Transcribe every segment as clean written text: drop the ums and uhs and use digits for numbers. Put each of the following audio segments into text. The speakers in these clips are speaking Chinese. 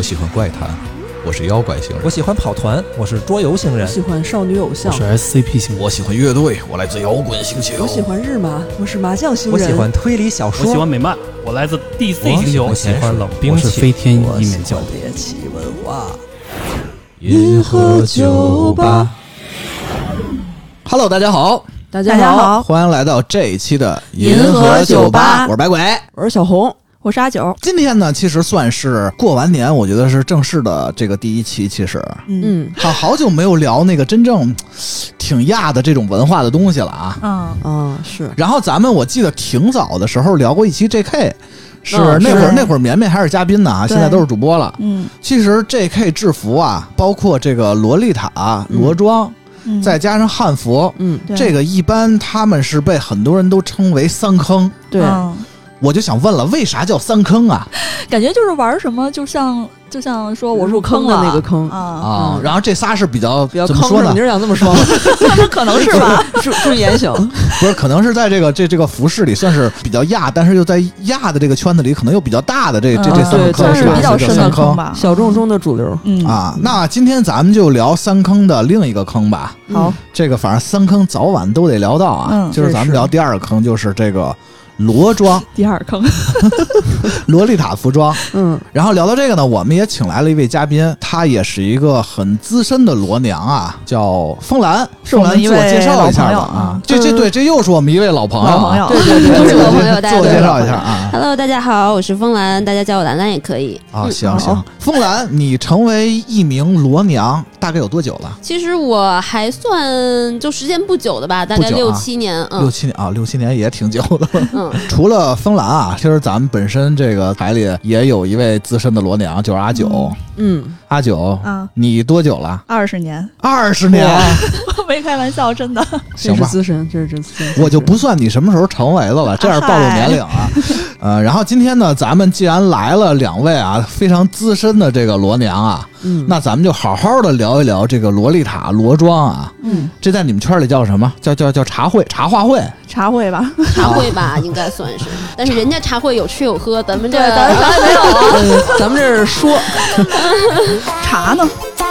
喜欢怪谈，我是妖怪星人； 我喜欢跑团，我是桌游星人； 我喜欢少女偶像， 我是 SCP 星人； 我喜欢乐队，我来自摇滚星球； 我喜欢日麻，我是麻将星人； 我喜欢推理小说； 我喜欢美漫，我来自 DC 星球； 我喜欢冷兵器； 我是飞天一面教。 猎奇文化， 银河酒吧。Hello， 大家好， 大家好， 欢迎来到这一期的银河酒吧。 我是白鬼， 我是小红， 我是阿九。 今天呢，其实算是过完年，我觉得是正式的这个第一期。其实，好久没有聊那个真正挺亚的这种文化的东西了啊。 是。 然后咱们我记得挺早的时候聊过一期 JK。是那会儿绵绵还是嘉宾呢啊，现在都是主播了。其实 JK 制服啊，包括这个洛丽塔、罗装，再加上汉服，这个一般他们是被很多人都称为三坑。 对， 我就想问了，为啥叫三坑啊？ 感觉就是玩什么，就像说我入坑的那个坑啊。然后这仨是比较怎么说呢？ 你是想这么说吗？ 可能是吧。 注意言行。 不是，可能是在这个服饰里算是比较亚，但是又在亚的这个圈子里可能又比较大的这三个坑， 是比较深的坑吧， 小众中的主流。 那今天咱们就聊三坑的另一个坑吧。 好， 这个反正三坑早晚都得聊到啊。就是咱们聊第二个坑，就是这个罗装， 第二坑， 洛丽塔服装。然后聊到这个呢，我们也请来了一位嘉宾，她也是一个很资深的罗娘啊，叫风兰。 是我们一位自我介绍一下吧啊。这又是我们一位老朋友。 对， 是老朋友，大家自我介绍一下啊。 Hello， 大家好，我是风兰，大家叫我兰兰也可以。 行。风兰，你成为一名罗娘大概有多久了？ 其实我还算就时间不久的吧，大概6-7年。 6-7年也挺久的了。除了风兰啊，其实咱们本身这个台里也有一位资深的罗娘，就是阿九。阿九，你多久了 ？20年。 20年， 没开玩笑，真的。 行吧， 这是资深。 我就不算你什么时候成为的了，这样暴露年龄啊。然后今天呢，咱们既然来了两位啊非常资深的这个罗娘啊，那咱们就好好的聊一聊这个洛丽塔罗装啊。这在你们圈里叫什么？叫茶会、茶话会、 茶会吧？ 茶会吧，应该算是。但是人家茶会有吃有喝，咱们这咱也没有啊。 咱们这是说茶呢。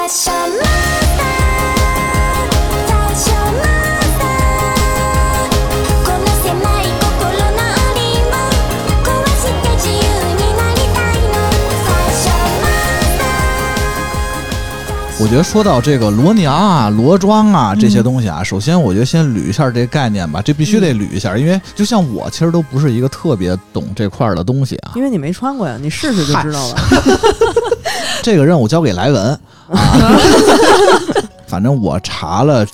我觉得说到这个罗娘啊、罗装啊这些东西啊，首先我觉得先捋一下这个概念吧，这必须得捋一下，因为就像我其实都不是一个特别懂这块的东西啊， 因为你没穿过呀，你试试就知道了。 这个任务交给莱文啊。反正我查了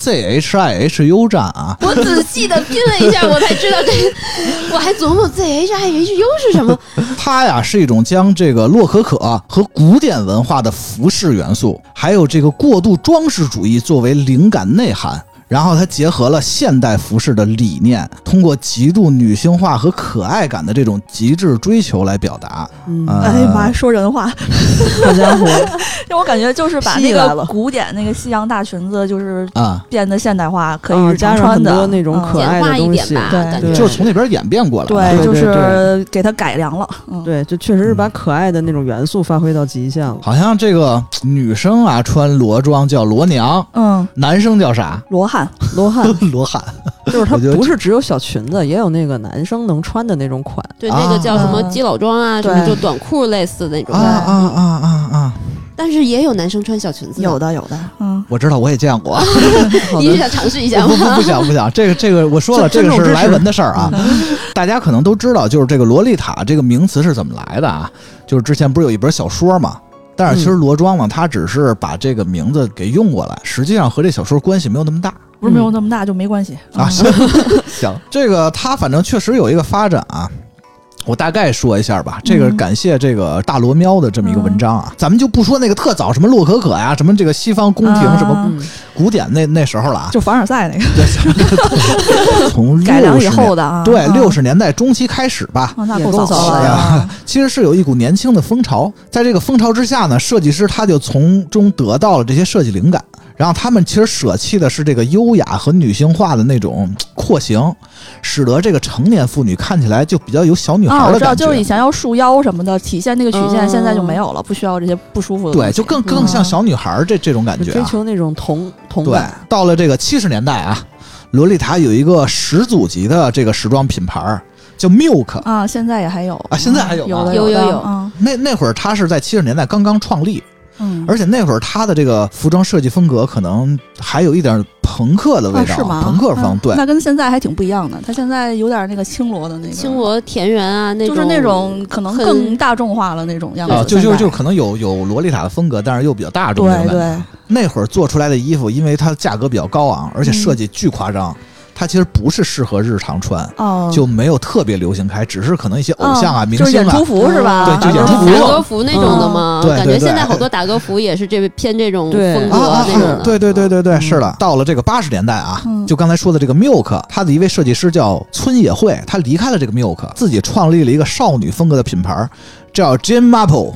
ZHIHU 站啊， 我仔细的拼了一下，我才知道我还琢磨 ZHIHU 是什么。 它呀是一种将这个洛可可和古典文化的服饰元素，还有这个过度装饰主义作为灵感内涵。然后它结合了现代服饰的理念，通过极度女性化和可爱感的这种极致追求来表达。 哎呀妈，说人话， 好家伙！ 就我感觉就是把那个古典那个西洋大裙子，就是变得现代化，可以加上很多那种可爱的东西， 对， 就是从那边演变过来。 对，就是给它改良了。 对，就确实是把可爱的那种元素发挥到极限了。 好像这个女生啊穿罗装叫罗娘，男生叫啥？ 罗汉。 罗汉，就是它不是只有小裙子，也有那个男生能穿的那种款。 对，那个叫什么基佬装啊，什么就短裤类似的那种。但是也有男生穿小裙子， 有的。 我知道，我也见过。 你是想尝试一下吗？ 不想。这个我说了，这个是莱文的事儿啊。大家可能都知道，就是这个洛丽塔这个名词是怎么来的啊？就是之前不是有一本小说嘛？但是其实罗装呢，它只是把这个名字给用过来，实际上和这小说关系没有那么大。 不是没有那么大就没关系啊。行，这个它反正确实有一个发展啊。我大概说一下吧，这个感谢这个大罗喵的这么一个文章啊，咱们就不说那个特早什么洛可可呀，什么这个西方宫廷什么古典那时候了啊， 就凡尔赛那个， 从改良以后的啊， 对，60年代中期开始吧， 那够早了呀。其实是有一股年轻的风潮，在这个风潮之下呢，设计师他就从中得到了这些设计灵感。 然后他们其实舍弃的是这个优雅和女性化的那种廓形，使得这个成年妇女看起来就比较有小女孩的感觉。 我知道，就是以前要束腰什么的，体现那个曲线，现在就没有了，不需要这些不舒服的东西。 对，就更像小女孩这种感觉、 追求那种童感。 对，到了这个70年代啊，洛丽塔有一个始祖级的这个时装品牌叫 Milk 啊，现在也还有啊，现在还有有。 那会儿它是在70年代刚刚创立。而且那会儿他的这个服装设计风格可能还有一点朋克的味道， 是吗？ 朋克风，对， 那跟现在还挺不一样的。他现在有点那个青罗的那个， 青罗田园啊，那种就是那种可能更大众化了那种样子。 就可能有洛丽塔的风格，但是又比较大众。 对， 那会儿做出来的衣服，因为它价格比较高昂，而且设计巨夸张。它其实不是适合日常穿，就没有特别流行开，只是可能一些偶像啊、明星啊， 就是演出服是吧？ 对，就演出服、 打歌服那种的嘛。 对， 感觉现在好多打歌服也是偏这种风格那种的。对，是的。到了这个80年代啊，就刚才说的这个 Milk， 他的一位设计师叫村野惠，他离开了这个 Milk， 自己创立了一个少女风格的品牌，叫 Jane Marple。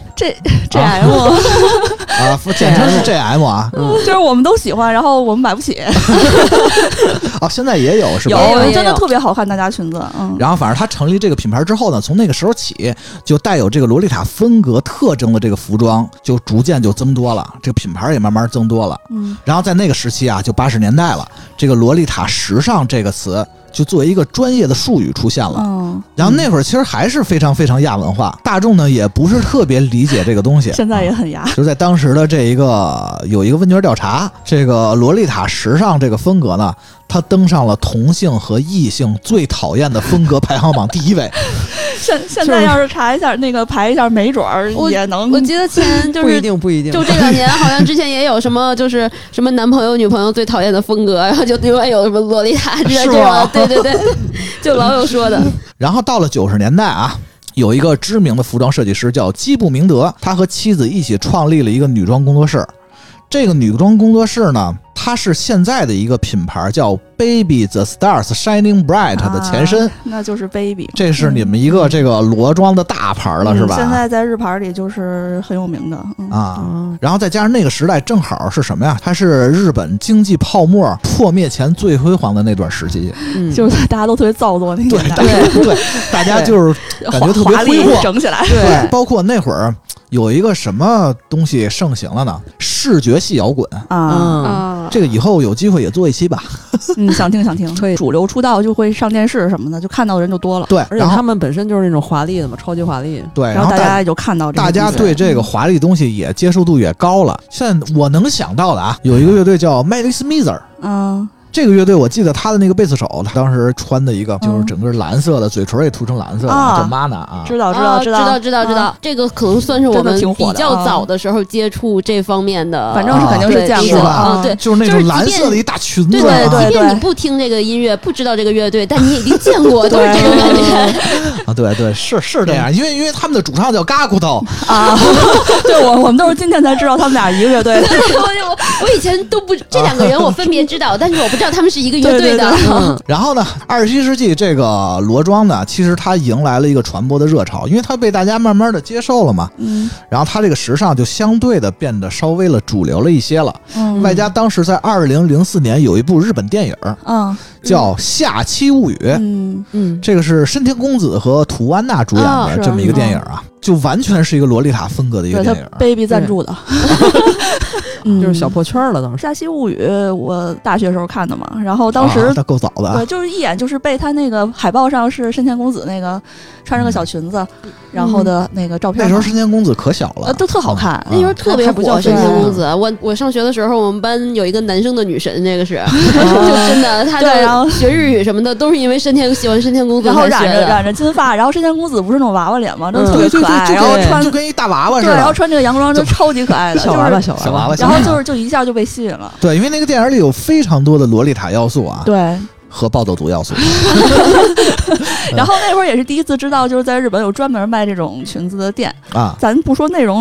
JM 啊，简称是 JM 啊， 就是我们都喜欢，然后我们买不起。 哦，现在也有是吧？ 有，真的特别好看，大家裙子。 然后反正他成立这个品牌之后呢，从那个时候起，就带有这个洛丽塔风格特征的这个服装就逐渐就增多了，这个品牌也慢慢增多了。然后在那个时期啊，就80年代了，这个洛丽塔时尚这个词就作为一个专业的术语出现了。然后那会儿其实还是非常非常亚文化，大众呢也不是特别理解这个东西。 现在也很亚。 就在当时的这一个有一个问卷调查，这个洛丽塔时尚这个风格呢，它登上了同性和异性最讨厌的风格排行榜第1位。 现在要是查一下那个排一下，没准儿也能。 我记得前就是不一定， 就这2年好像之前也有什么，就是什么男朋友女朋友最讨厌的风格，然后就另外有什么洛丽塔之类的，对，就老有说的。 然后到了90年代啊，有一个知名的服装设计师叫基布明德，他和妻子一起创立了一个女装工作室。这个女装工作室呢，它是现在的一个品牌叫 Baby the Stars Shining Bright 的前身， 那就是 Baby。 这是你们一个这个裸装的大牌了，是吧？ 现在在日牌里就是很有名的然后再加上那个时代正好是什么呀？它是日本经济泡沫破灭前最辉煌的那段时期， 就是大家都特别造作那个年代， 对，大家就是感觉特别挥霍， 整起来。 对，包括那会儿。有一个什么东西盛行了呢？视觉系摇滚这个以后有机会也做一期吧。 想听。对，主流出道就会上电视什么的，就看到的人就多了。 对， 而且他们本身就是那种华丽的嘛，超级华丽。 对， 然后大家也就看到这个， 大家对这个华丽东西也接受度也高了。现在我能想到的啊，有一个乐队叫 Malice Mizer。这个乐队我记得他的那个贝斯手，他当时穿的一个就是整个蓝色的，嘴唇也涂成蓝色的，叫 Mana 啊。 知道。 这个可能算是我们比较早的时候接触这方面的， 反正是肯定是见过的。 对， 就是那种蓝色的一大裙子。 对，即便你不听这个音乐，不知道这个乐队，但你也一定见过，都是这种感觉。 啊，对，是这样，因为他们的主唱叫嘎骨头啊。对，我们都是今天才知道他们俩一个乐队的。 我以前都不，这2个人我分别知道，但是我不知道他们是一个乐队的。 然后呢，21世纪这个裸装呢，其实它迎来了一个传播的热潮，因为它被大家慢慢的接受了嘛。然后它这个时尚就相对的变得稍微了主流了一些了。外加当时在2004年有一部日本电影，叫《夏期物语》。这个是深田恭子和土安娜主演的这么一个电影啊，就完全是一个洛丽塔风格的一个电影。 Baby 赞助的。 就是小破圈了。当时《 夏期物语》我大学时候看的嘛，然后当时够早的， 对，就是一眼就是被他那个海报上是深田恭子那个穿着个小裙子，然后的那个照片。 那时候深田恭子可小了， 都特好看。 那时候特别火深田恭子。我上学的时候，我们班有一个男生的女神，这个是就真的，他的学日语什么的都是因为喜欢深田恭子， 然后染着金发，然后深田恭子不是那种娃娃脸吗？真的特别可爱，然后就跟一大娃娃似的， 对，然后穿这个洋装就超级可爱的小娃娃， 然后就一下就被吸引了。 对，因为那个电影里有非常多的洛丽塔要素啊， 对， 和暴走族要素。 然后那会儿也是第一次知道，就是在日本有专门卖这种裙子的店啊。 咱不说内容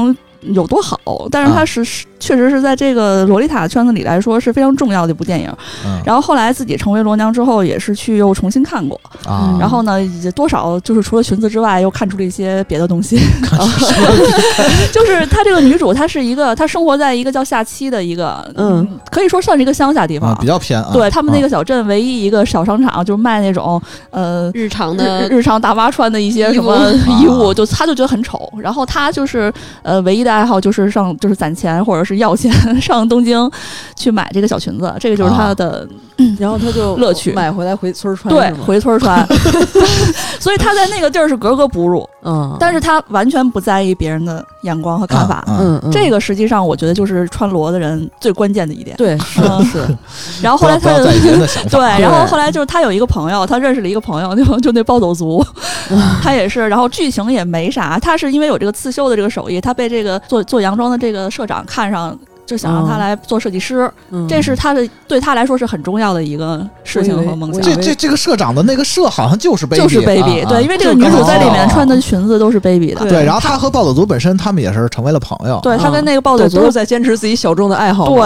有多好，但是它确实是在这个洛丽塔圈子里来说是非常重要的一部电影。然后后来自己成为罗娘之后，也是去又重新看过然后呢，也多少就是除了裙子之外，又看出了一些别的东西。就是她这个女主，她生活在一个叫下期的一个可以说算是一个乡下地方， 比较偏对他们那个小镇唯一一个小商场，就是卖那种日常大妈穿的一些什么衣物，就他就觉得很丑。然后他就是唯一的爱好就是攒钱或者是要钱上东京去买这个小裙子，这个就是他的， 然后他就乐趣， 买回来回村穿， 对，回村穿。所以他在那个地儿是格格不入，但是他完全不在意别人的眼光和看法，这个实际上我觉得就是川罗的人最关键的一点， 对，是。 然后后来他对， 然后后来就是他有一个朋友，他认识了一个朋友，就那暴走族，他也是，然后剧情也没啥，他是因为有这个刺绣的这个手艺，他被这个做洋装的这个社长看上。就想让他来做设计师，这是对他来说是很重要的一个事情和梦想。 这个社长的那个社好像就是 baby， 就是 baby，对，因为这个女主在里面穿的裙子都是 baby 的。 对，然后他和暴走族本身他们也是成为了朋友。 对，他跟那个暴走族都是在坚持自己小众的爱好。 对，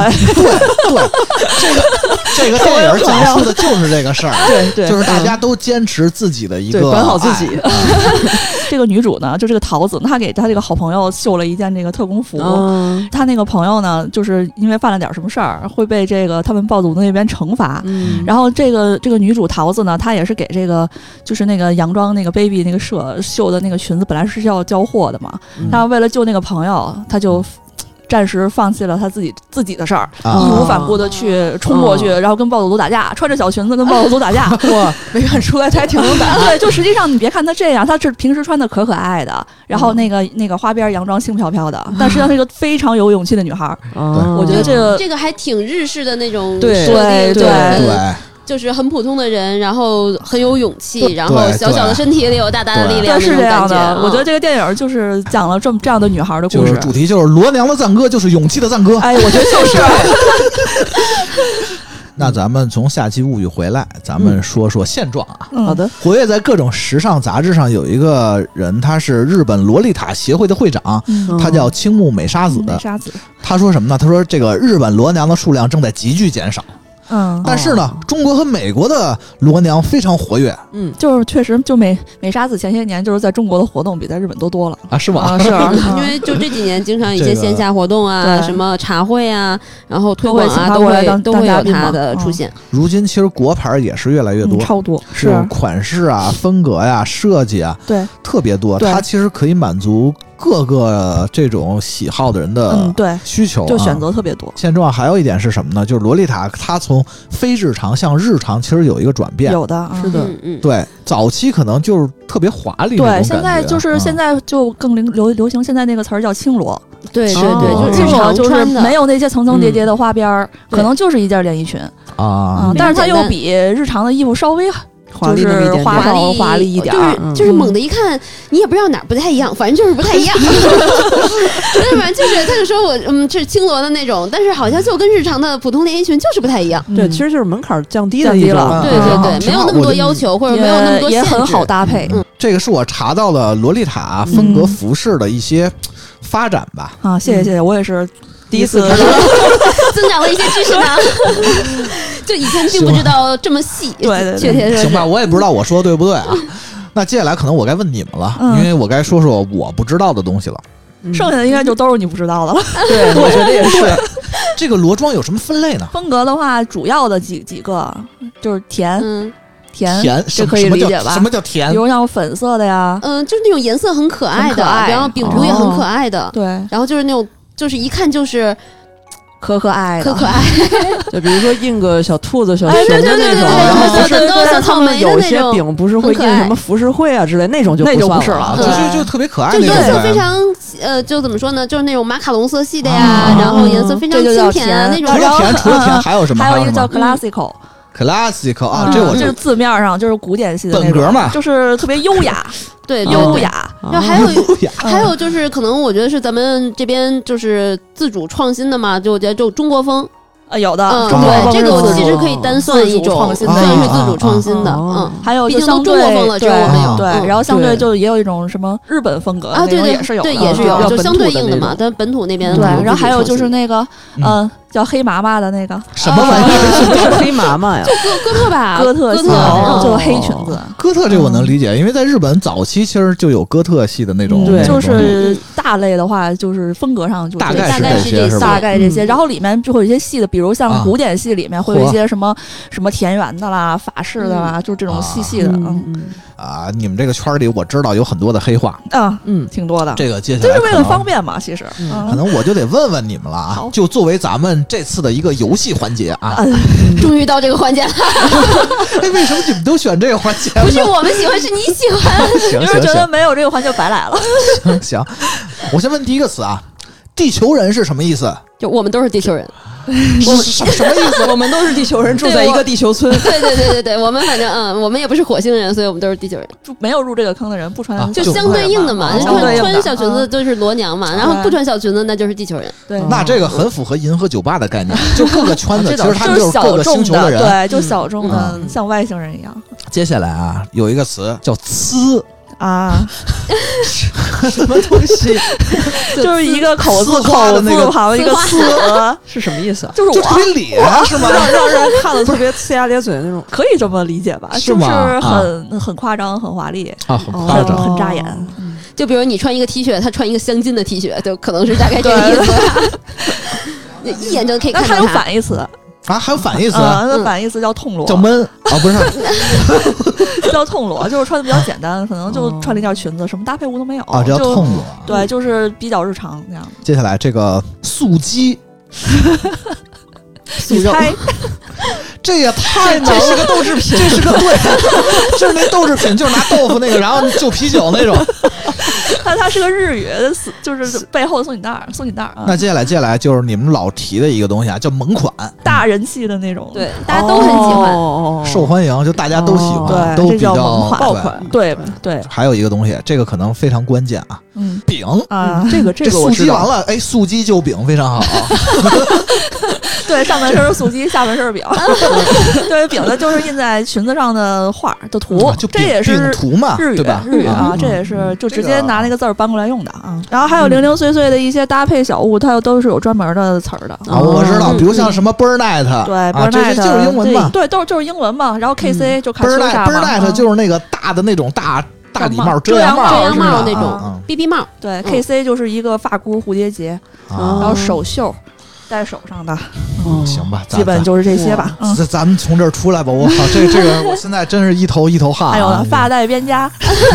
这个电影讲述的就是这个事儿。 对， 就是大家都坚持自己的一个管好自己。 这个女主呢，就这个桃子，她给她这个好朋友绣了一件这个特工服。她那个朋友呢，就是因为犯了点什么事儿，会被这个他们暴走族那边惩罚。然后这个女主桃子呢，她也是给这个就是那个洋装那个 baby 那个社绣的那个裙子，本来是要交货的嘛。但为了救那个朋友，她就暂时放弃了他自己的事儿，义无反顾的去冲过去，然后跟暴走族打架，穿着小裙子跟暴走族打架。 哇，没看出来他还挺能打。 对，就实际上你别看他这样，他是平时穿的可爱的，然后那个花边洋装轻飘飘的，但实际上是一个非常有勇气的女孩。我觉得这个还挺日式的那种对。 就是很普通的人，然后很有勇气，然后小小的身体里有大大的力量， 是这样的。我觉得这个电影就是讲了这样的女孩的故事， 主题就是罗娘的赞歌，就是勇气的赞歌。 哎，我觉得就是。 那咱们从下期物语回来，咱们说说现状啊。 好的。 活跃在各种时尚杂志上有一个人，他是日本洛丽塔协会的会长，他叫青木美沙子。他说什么呢？他说这个日本罗娘的数量正在急剧减少。但是呢，中国和美国的罗娘非常活跃。 就是确实，就美沙子前些年就是在中国的活动比在日本都多了啊，是吗？ 是， 因为就这几年经常一些线下活动啊，什么茶会啊，然后推广啊，都会有它的出现。 如今其实国牌也是越来越多， 超多， 是款式啊、风格呀、设计啊， 对， 特别多。它其实可以满足各个这种喜好的人的需求， 就选择特别多。 现状还有一点是什么呢？就是洛丽塔它从非日常向日常其实有一个转变， 有的是的， 对，早期可能就是特别华丽， 对，现在就更流行现在那个词儿叫轻罗， 对，就轻罗就是没有那些层层叠叠的花边，可能就是一件连衣裙啊，但是它又比日常的衣服稍微就是华丽一点， 就是猛的一看你也不知道哪儿不太一样，反正就是不太一样。反正就是他就说我是轻罗的那种，但是好像就跟日常的普通连衣裙就是不太一样。 对，其实就是门槛降低了， 对，没有那么多要求，或者没有那么多限制， 也很好搭配。 这个是我查到了洛丽塔风格服饰的一些发展吧。 啊，谢谢，我也是第一次增长了一些知识呢。就以前并不知道这么细， 对， 确切行吧，我也不知道我说的对不对啊。那接下来可能我该问你们了，因为我该说说我不知道的东西了。 剩下的应该就都是你不知道的了。 对，我觉得也是。 这个罗装有什么分类呢？ 风格的话，主要的几个就是甜，这可以理解吧？ 什么叫甜？ 比如像粉色的呀， 就是那种颜色很可爱的，然后饼图也很可爱的， 对， 然后就是那种就是一看就是可爱， 就比如说印个小兔子、小熊的那种， 然后但他们有些饼不是会印什么浮世绘啊之类，那种就不是了， 就特别可爱， 就颜色非常就怎么说呢？就是那种马卡龙色系的呀，然后颜色非常清甜啊那种。 除了甜还有什么？ 还有一个叫 classical。 啊， 这是字面上就是古典系的本格嘛， 就是特别优雅， 对， 优雅。 然后还有就是可能我觉得是咱们这边就是自主创新的嘛，就我觉得就中国风。 有的， 对，这个我其实可以单算一种创新的， 算是自主创新的， 还有就相对中国风了，只有我们有， 对，然后相对就也有一种什么日本风格啊，对对， 也是有， 对，也是有，就相对应的嘛，但本土那边对，然后还有就是那个叫黑麻麻的那个什么玩意儿？黑麻麻呀？ 就哥特吧， 哥特系，就黑裙子。 哥特这我能理解，因为在日本早期其实就有哥特系的那种， 对，就是大类的话，就是风格上就大概这些，然后里面就会有一些细的，比如像古典系里面会有一些什么田园的啦、法式的啦，就这种细的， 你们这个圈里我知道有很多的黑话， 挺多的。 这个接下来就是为了方便嘛，其实可能我就得问问你们了啊，就作为咱们这次的一个游戏环节啊， 终于到这个环节了。 哎，为什么你们都选这个环节？ 不是我们喜欢，是你喜欢。 就是觉得没有这个环节白来了。 行，我先问第一个词啊，地球人是什么意思？ 就我们都是地球人。 什么意思？ 我们都是地球人，住在一个地球村。 对，我们反正我们也不是火星人，所以我们都是地球人。 没有入这个坑的人不穿， 就相对应的嘛。穿小裙子就是裸娘嘛，然后不穿小裙子那就是地球人。 对， 那这个很符合银河酒吧的概念，就各个圈子其实他们就是各个星球的人， 对，就小众的，像外星人一样。 接下来啊，有一个词叫呲。 什么东西？ 就是一个口字旁一个呲， 是什么意思啊？ 就是特别咧是吗？ 让人看了特别呲牙咧嘴的那种， 可以这么理解吧？就是很夸张、很华丽啊，很夸张、 很扎眼。 就比如你穿一个 T 恤，他穿一个镶金的 T 恤，就可能是大概这个意思。一眼就可以看到。 还有反义词。 还有反义词那反义词叫痛裸， 叫闷不是叫痛裸，就是穿的比较简单，可能就穿了一件裙子，什么搭配物都没有这叫痛裸。 对，就是比较日常那样。 接下来这个素鸡， 素肉， 这也太难了， 这是个豆制品， 这是个对，就是那豆制品，就是拿豆腐那个，然后就啤酒那种。 它是个日语，就是背后的松紧带啊。 那接下来就是你们老提的一个东西啊，叫萌款， 大人气的那种， 对，大家都很喜欢， 受欢迎，就大家都喜欢，都比较爆款，对。 还有一个东西，这个可能非常关键啊，饼啊，这个素鸡完了，哎，素鸡就饼非常好。 对，上半身是素鸡，下半身是饼。对，饼的就是印在裙子上的画的图，这也是饼图嘛， 日语吧？ 日语啊，这也是就直接拿那个字儿搬过来用的啊。然后还有零零碎碎的一些搭配小物，它都是有专门的词儿的啊。我知道，比如像什么 Burnett， 对 ，Burnett 就是英文嘛， 对，就是英文嘛。然后 KC 就卡秋莎嘛 ，Burnett 就是那个大的那种大礼帽、 遮阳帽那种 ，BB 帽。 对，KC 就是一个发箍蝴蝶结，然后手袖。戴手上的， 行吧， 基本就是这些吧。 咱们从这儿出来吧，我靠，这个我现在真是一头汗。 还有发带边夹。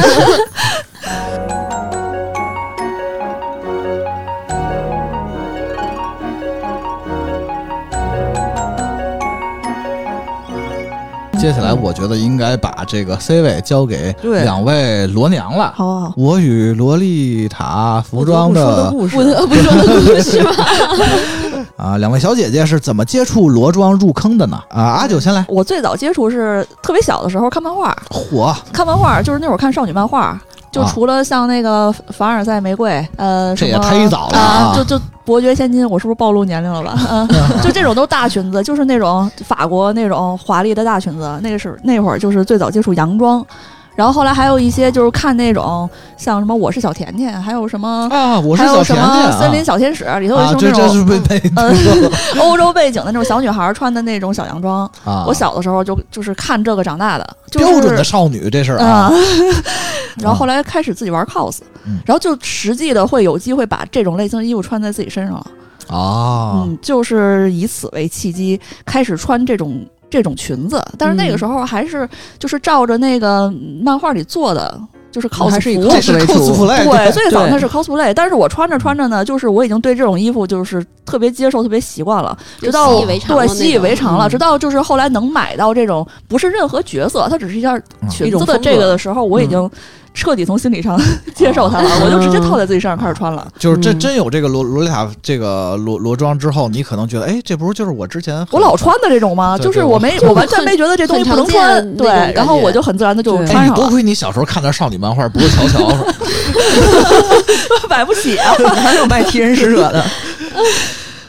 接下来我觉得应该把这个 C 位交给两位罗娘了。 好， 我与洛丽塔服装的不得不说的故事吧。 两位小姐姐是怎么接触罗装入坑的呢？阿九先来。 我最早接触是特别小的时候看漫画，看漫画就是那会儿看少女漫画，就除了像那个凡尔赛玫瑰， 这也太早了啊！就伯爵千金，我是不是暴露年龄了吧？就这种都大裙子，就是那种法国那种华丽的大裙子，那会儿就是最早接触洋装。然后后来还有一些就是看那种像什么我是小甜甜，还有什么我是小甜甜， 还有什么森林小天使里头有那种欧洲背景的那种小女孩穿的那种小洋装。我小的时候就是看这个长大的， 标准的少女这是然后后来开始自己玩 cos，然后就实际的会有机会把这种类型的衣服穿在自己身上了。就是以此为契机开始穿这种裙子，但是那个时候还是就是照着那个漫画里做的，就是 cos 服， 这是 cosplay， 对，最早那是 cosplay， 但是我穿着呢，就是我已经对这种衣服就是特别接受、特别习惯了，直到习以为常了，直到就是后来能买到这种不是任何角色，它只是一件裙子的这个的时候，我已经彻底从心理上接受它了，我就直接套在自己身上开始穿了。 就是真有这个洛丽塔这个罗装之后，你可能觉得，哎，这不是就是我之前我老穿的这种吗？就是我完全没觉得这东西不能穿，对，然后我就很自然的就穿上了。 多亏你小时候看点少女漫画，不会乔乔， 买不起啊， 还有卖替人使者的。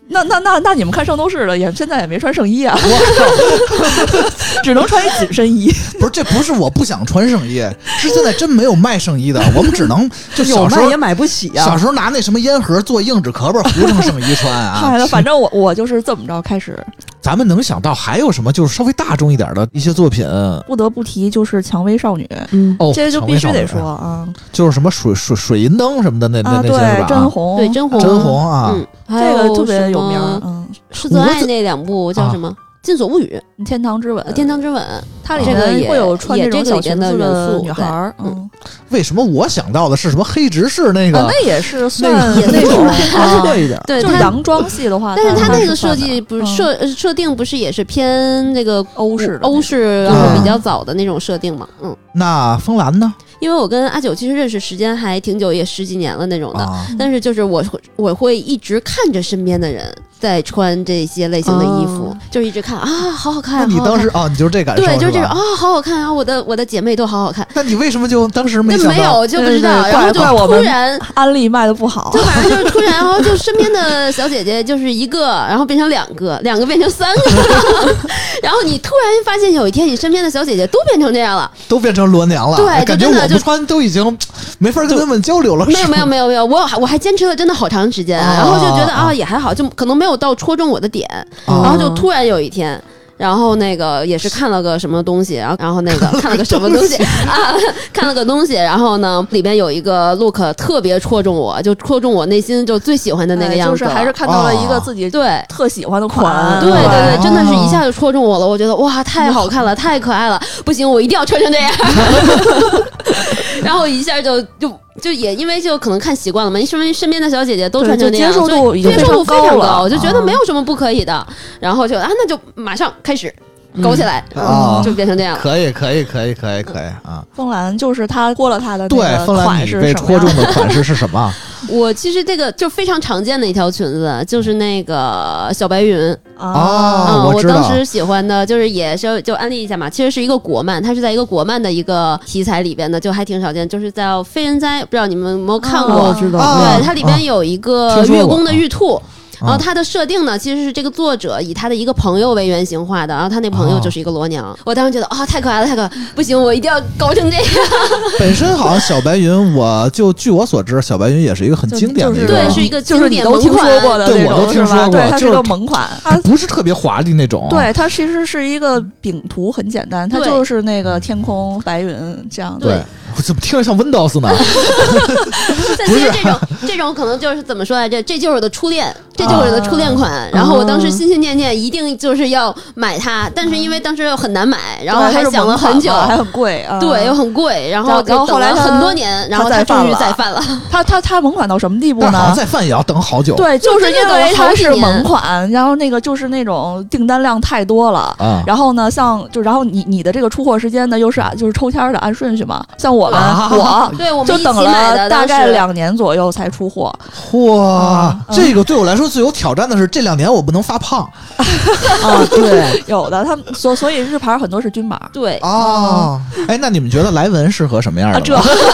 那你们看圣斗士的现在也没穿圣衣啊，只能穿一紧身衣。 不是，这不是我不想穿圣衣，是现在真没有卖圣衣的，我们只能就小时候也买不起啊。 小时候拿那什么烟盒做硬纸壳儿糊成圣衣穿啊。 反正我就是这么着开始。 咱们能想到还有什么就是稍微大众一点的一些作品？ 不得不提就是蔷薇少女，这就必须得说啊， 就是什么水银灯什么的那些是吧？ 真红， 对真红啊， 这个特别有名。 是泽爱那2部叫什么？禁锁物语、 天堂之吻，它里面会有穿这种小裙子的女孩。 为什么我想到的是什么黑执事那个？ 那也是算也那种一点， 对， 就是洋装系的话。 但是它那个设计不是设定不是也是偏那个欧式然后比较早的那种设定嘛？ 那风兰呢？ 因为我跟阿九其实认识时间还挺久，也10几年了那种的，但是就是我会一直看着身边的人在穿这些类型的衣服，就一直看啊，好好看。 那你当时你就是这感受， 对，就是这种啊，好好看啊，我的姐妹都好好看。 那你为什么就当时没想到？ 没有就不知道，然后就突然安利卖的不好， 就反正就是突然，然后就身边的小姐姐就是1个，然后变成2个，2个变成3个，然后你突然发现有一天你身边的小姐姐都变成这样了， 都变成裸娘了， 对， 感觉我们穿都已经没法跟他们交流了。 没有，我还坚持了真的好长时间，然后就觉得也还好，就可能没有到戳中我的点，然后就突然有一天。然后那个也是看了个什么东西，然后那个看了个什么东西看了个东西，然后呢里边有一个 look 特别戳中我，就戳中我内心就最喜欢的那个样子， 就是还是看到了一个自己对特喜欢的款， 对，真的是一下就戳中我了，我觉得哇太好看了，太可爱了，不行我一定要穿成这样，然后一下就也因为就可能看习惯了嘛，因为身边的小姐姐都穿成这样， 接受度非常高了，我就觉得没有什么不可以的，然后就那就马上开始搞起来，就变成这样。 可以啊！ 风兰就是他戳了他的对，风兰你被戳中的款式是什么？ 我其实这个就非常常见的一条裙子，就是那个小白云我当时喜欢的就是也是就安利一下嘛，其实是一个国漫，它是在一个国漫的一个题材里边的，就还挺少见，就是叫《非人哉》，不知道你们有没有看过？ 我知道， 对，它里边有一个月宫的玉兔。然后它的设定呢，其实是这个作者以他的一个朋友为原型画的，然后他那朋友就是一个裸娘。我当时觉得太可爱了，太可爱了，不行，我一定要搞成这样。 本身好像小白云，据我所知，小白云也是一个很经典的一个， 对，是一个就是你都听说过的， 对，我都听说过， 对，它是个萌款， 它不是特别华丽那种。 对，它其实是一个饼图，很简单，它就是那个天空白云这样。 对，我怎么听着像 Windows 呢？ 但其实这种可能就是怎么说来着？这就是我的初恋。这就是我的初恋款，然后我当时心心念念一定就是要买它，但是因为当时又很难买，然后还想了很久， 还很贵， 对，又很贵，然后后来很多年，然后它终于再犯了。 它萌款到什么地步呢？ 好像再犯也要等好久。 对，就是因为它是萌款，然后那个就是那种订单量太多了，然后呢，然后你的这个出货时间呢，又是就是抽签的按顺序嘛，像我们我就等了大概2年左右才出货。 哇，这个对我来说最有挑战的是这2年我不能发胖对，有的他们所以日牌很多是均码。 对那你们觉得莱文适合什么样的？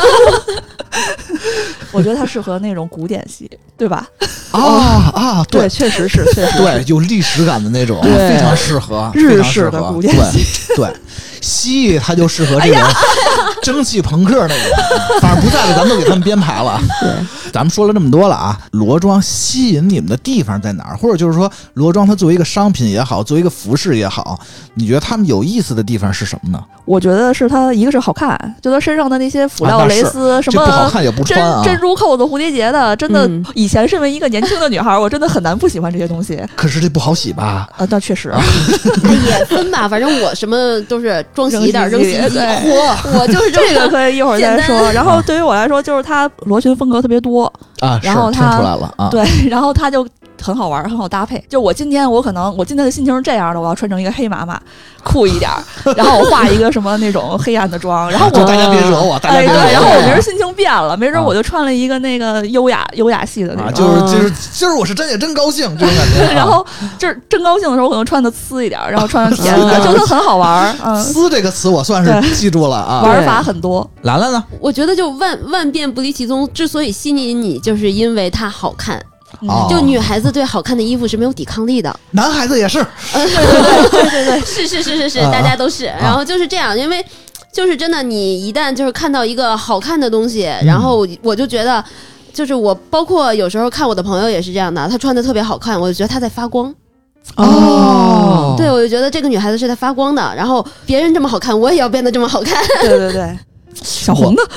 我觉得它适合那种古典系，对吧？ 对， 确实是， 对，有历史感的那种，非常适合日式的古典系。 对，西它就适合这种蒸汽朋克那种，反正不在了，咱们都给他们编排了。对，咱们说了这么多了啊，罗庄吸引你们的地方在哪儿？或者就是说，罗庄它作为一个商品也好，作为一个服饰也好，你觉得他们有意思的地方是什么呢？ 我觉得是它一个是好看，就它身上的那些辅料蕾丝，什么不好看也不穿珍珠扣子、蝴蝶结的，真的，以前身为一个年轻的女孩，我真的很难不喜欢这些东西。 可是这不好洗吧？ 那确实， 也分吧，反正我什么都是装洗衣袋、扔洗衣机。我就是这个可以一会儿再说。然后对于我来说，就是它罗裙风格特别多然后它听出来了对，然后它就很好玩，很好搭配。就我今天的心情是这样的，我要穿成一个黑妈妈，酷一点，然后我画一个什么那种黑暗的妆，然后大家别惹我，大家别惹我。 然后我明儿心情变了，没准我就穿了一个那个优雅系的那种。就是我是真也真高兴这种感觉。 然后就是真高兴的时候，可能穿的呲一点，然后穿上甜的，就很好玩。 呲这个词我算是记住了啊， 玩法很多。 兰兰呢？ 我觉得就万变不离其宗，之所以吸引你，就是因为它好看。 就女孩子对好看的衣服是没有抵抗力的， 男孩子也是。 对，是，大家都是。然后就是这样，因为就是真的，你一旦就是看到一个好看的东西，然后我就觉得，就是我包括有时候看我的朋友也是这样的，她穿的特别好看，我就觉得她在发光。对，我就觉得这个女孩子是在发光的，然后别人这么好看，我也要变得这么好看。 对。小红呢？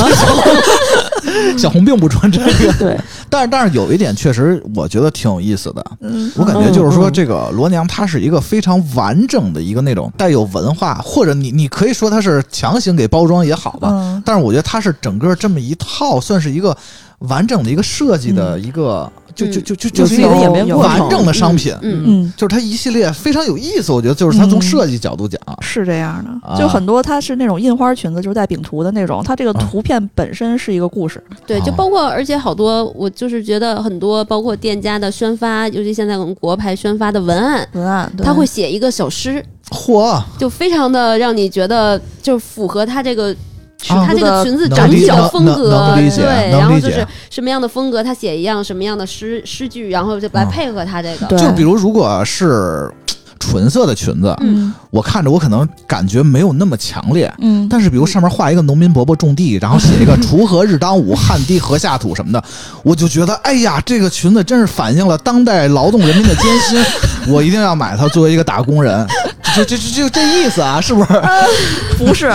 小红并不穿这个。 对， 但是有一点确实我觉得挺有意思的。我感觉就是说，这个罗娘她是一个非常完整的一个那种带有文化，或者你可以说她是强行给包装也好吧。但是我觉得她是整个这么一套，算是一个完整的一个设计的一个。就是一个演变过程完整的商品，就是它一系列非常有意思。我觉得就是它从设计角度讲， 是这样的，就很多它是那种印花裙子，就是带饼图的那种，它这个图片本身是一个故事。 对，就包括而且好多，我就是觉得很多包括店家的宣发，尤其现在我们国牌宣发的文案，他会写一个小诗，就非常的让你觉得就符合他这个。它这个裙子长角风格，对，然后就是什么样的风格，他写一样什么样的诗句，然后就来配合他这个。 就比如如果是纯色的裙子，我看着我可能感觉没有那么强烈，但是比如上面画一个农民伯伯种地，然后写一个锄禾日当午，汗滴禾下土什么的，我就觉得哎呀，这个裙子真是反映了当代劳动人民的艰辛，我一定要买它作为一个打工人。就这意思啊，是不是？ 不是。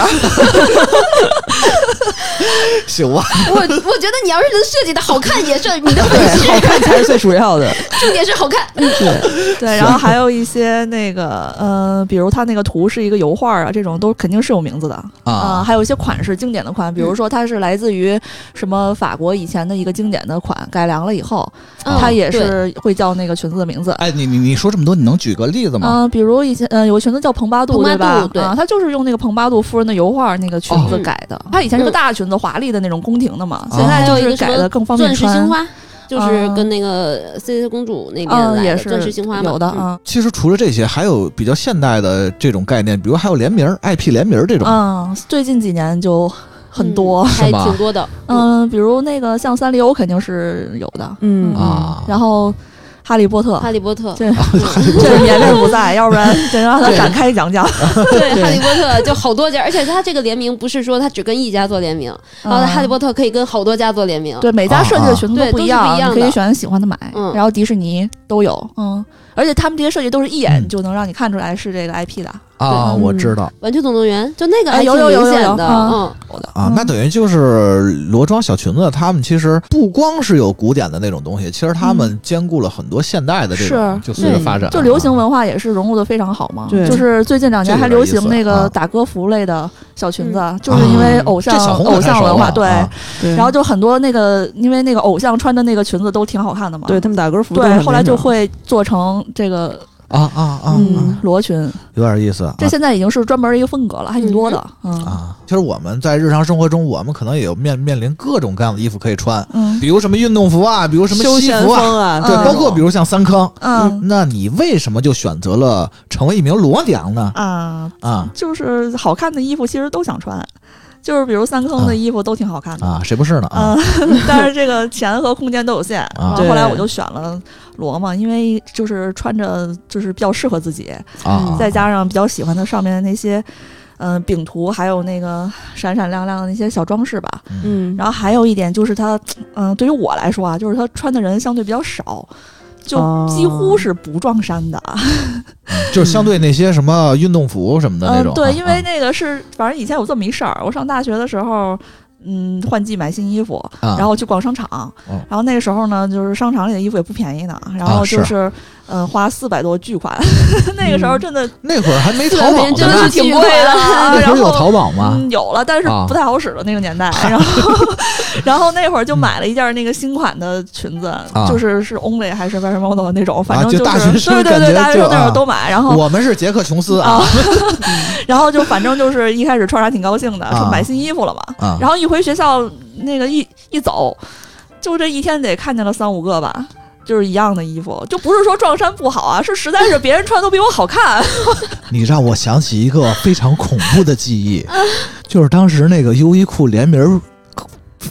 行吧。 我觉得你要是能设计的好看，也是你的本事。 好看才是最主要的， 重点是好看。 对，然后还有一些那个比如它那个图是一个油画啊，这种都肯定是有名字的啊。还有一些款式经典的款，比如说它是来自于什么法国以前的一个经典的款，改良了以后，它也是会叫那个裙子的名字。 哎，你说这么多，你能举个例子吗？ 比如以前有个裙子叫蓬巴杜，对吧？对，它就是用那个蓬巴杜夫人的油画那个裙子改的。它以前是个大裙子，华丽的那种宫廷的嘛，现在就是改的更方便穿。 钻石青花。就是跟那个 CC 公主那边来的钻石青花有的其实除了这些，还有比较现代的这种概念，比如还有联名 IP 联名这种。 最近几年就很多， 还挺多的。 比如那个像三丽鸥肯定是有的。然后。哈利波特，这年龄不在，要不然得让他展开讲讲。 对，哈利波特就好多家，而且他这个联名不是说他只跟一家做联名，然后哈利波特可以跟好多家做联名。 对，每家设计的裙子都不一样，你可以选喜欢的买。然后迪士尼都有，而且他们这些设计都是一眼就能让你看出来是这个 IP 的。 我知道， 玩具总动员就那个还挺明显的， 那等于就是罗庄小裙子，他们其实不光是有古典的那种东西，其实他们兼顾了很多现代的这种，就随着发展， 就流行文化也是融入的非常好嘛。就是最近2年还流行那个打歌服类的小裙子，就是因为偶像文化，对，然后就很多那个因为那个偶像穿的那个裙子都挺好看的嘛， 对他们打歌服， 对，后来就会做成这个。罗裙有点意思， 这现在已经是专门一个风格了，还挺多的。 其实我们在日常生活中，我们可能也有面临各种各样的衣服可以穿，比如什么运动服啊，比如什么西服啊， 对，包括比如像三坑。那你为什么就选择了成为一名罗娘呢？ 就是好看的衣服其实都想穿。就是比如三坑的衣服都挺好看的谁不是呢？ 但是这个钱和空间都有限，后来我就选了罗嘛，因为就是穿着就是比较适合自己，再加上比较喜欢它上面的那些饼图，还有那个闪闪亮亮的那些小装饰吧。然后还有一点就是它对于我来说啊，就是它穿的人相对比较少。就几乎是不撞衫的， 就是相对那些什么运动服什么的那种。 对，因为那个是，反正以前有这么一事儿，我上大学的时候。换季买新衣服，然后去逛商场，然后那个时候呢，就是商场里的衣服也不便宜呢，然后就是花400多巨款，那个时候真的那会儿还没淘宝， 真的是挺贵的。 那会儿有淘宝吗？ 有了，但是不太好使了那个年代。然后那会儿就买了一件那个新款的裙子，就是Only还是 Very Model 那种，反正就是大学生对，大学生那会儿都买。然后我们是杰克琼斯然后就反正就是一开始穿啥挺高兴的，说买新衣服了嘛，然后一回学校那个一走，就这一天得看见了3-5个吧，就是一样的衣服，就不是说撞衫不好啊，是实在是别人穿都比我好看。 你让我想起一个非常恐怖的记忆，就是当时那个优衣库联名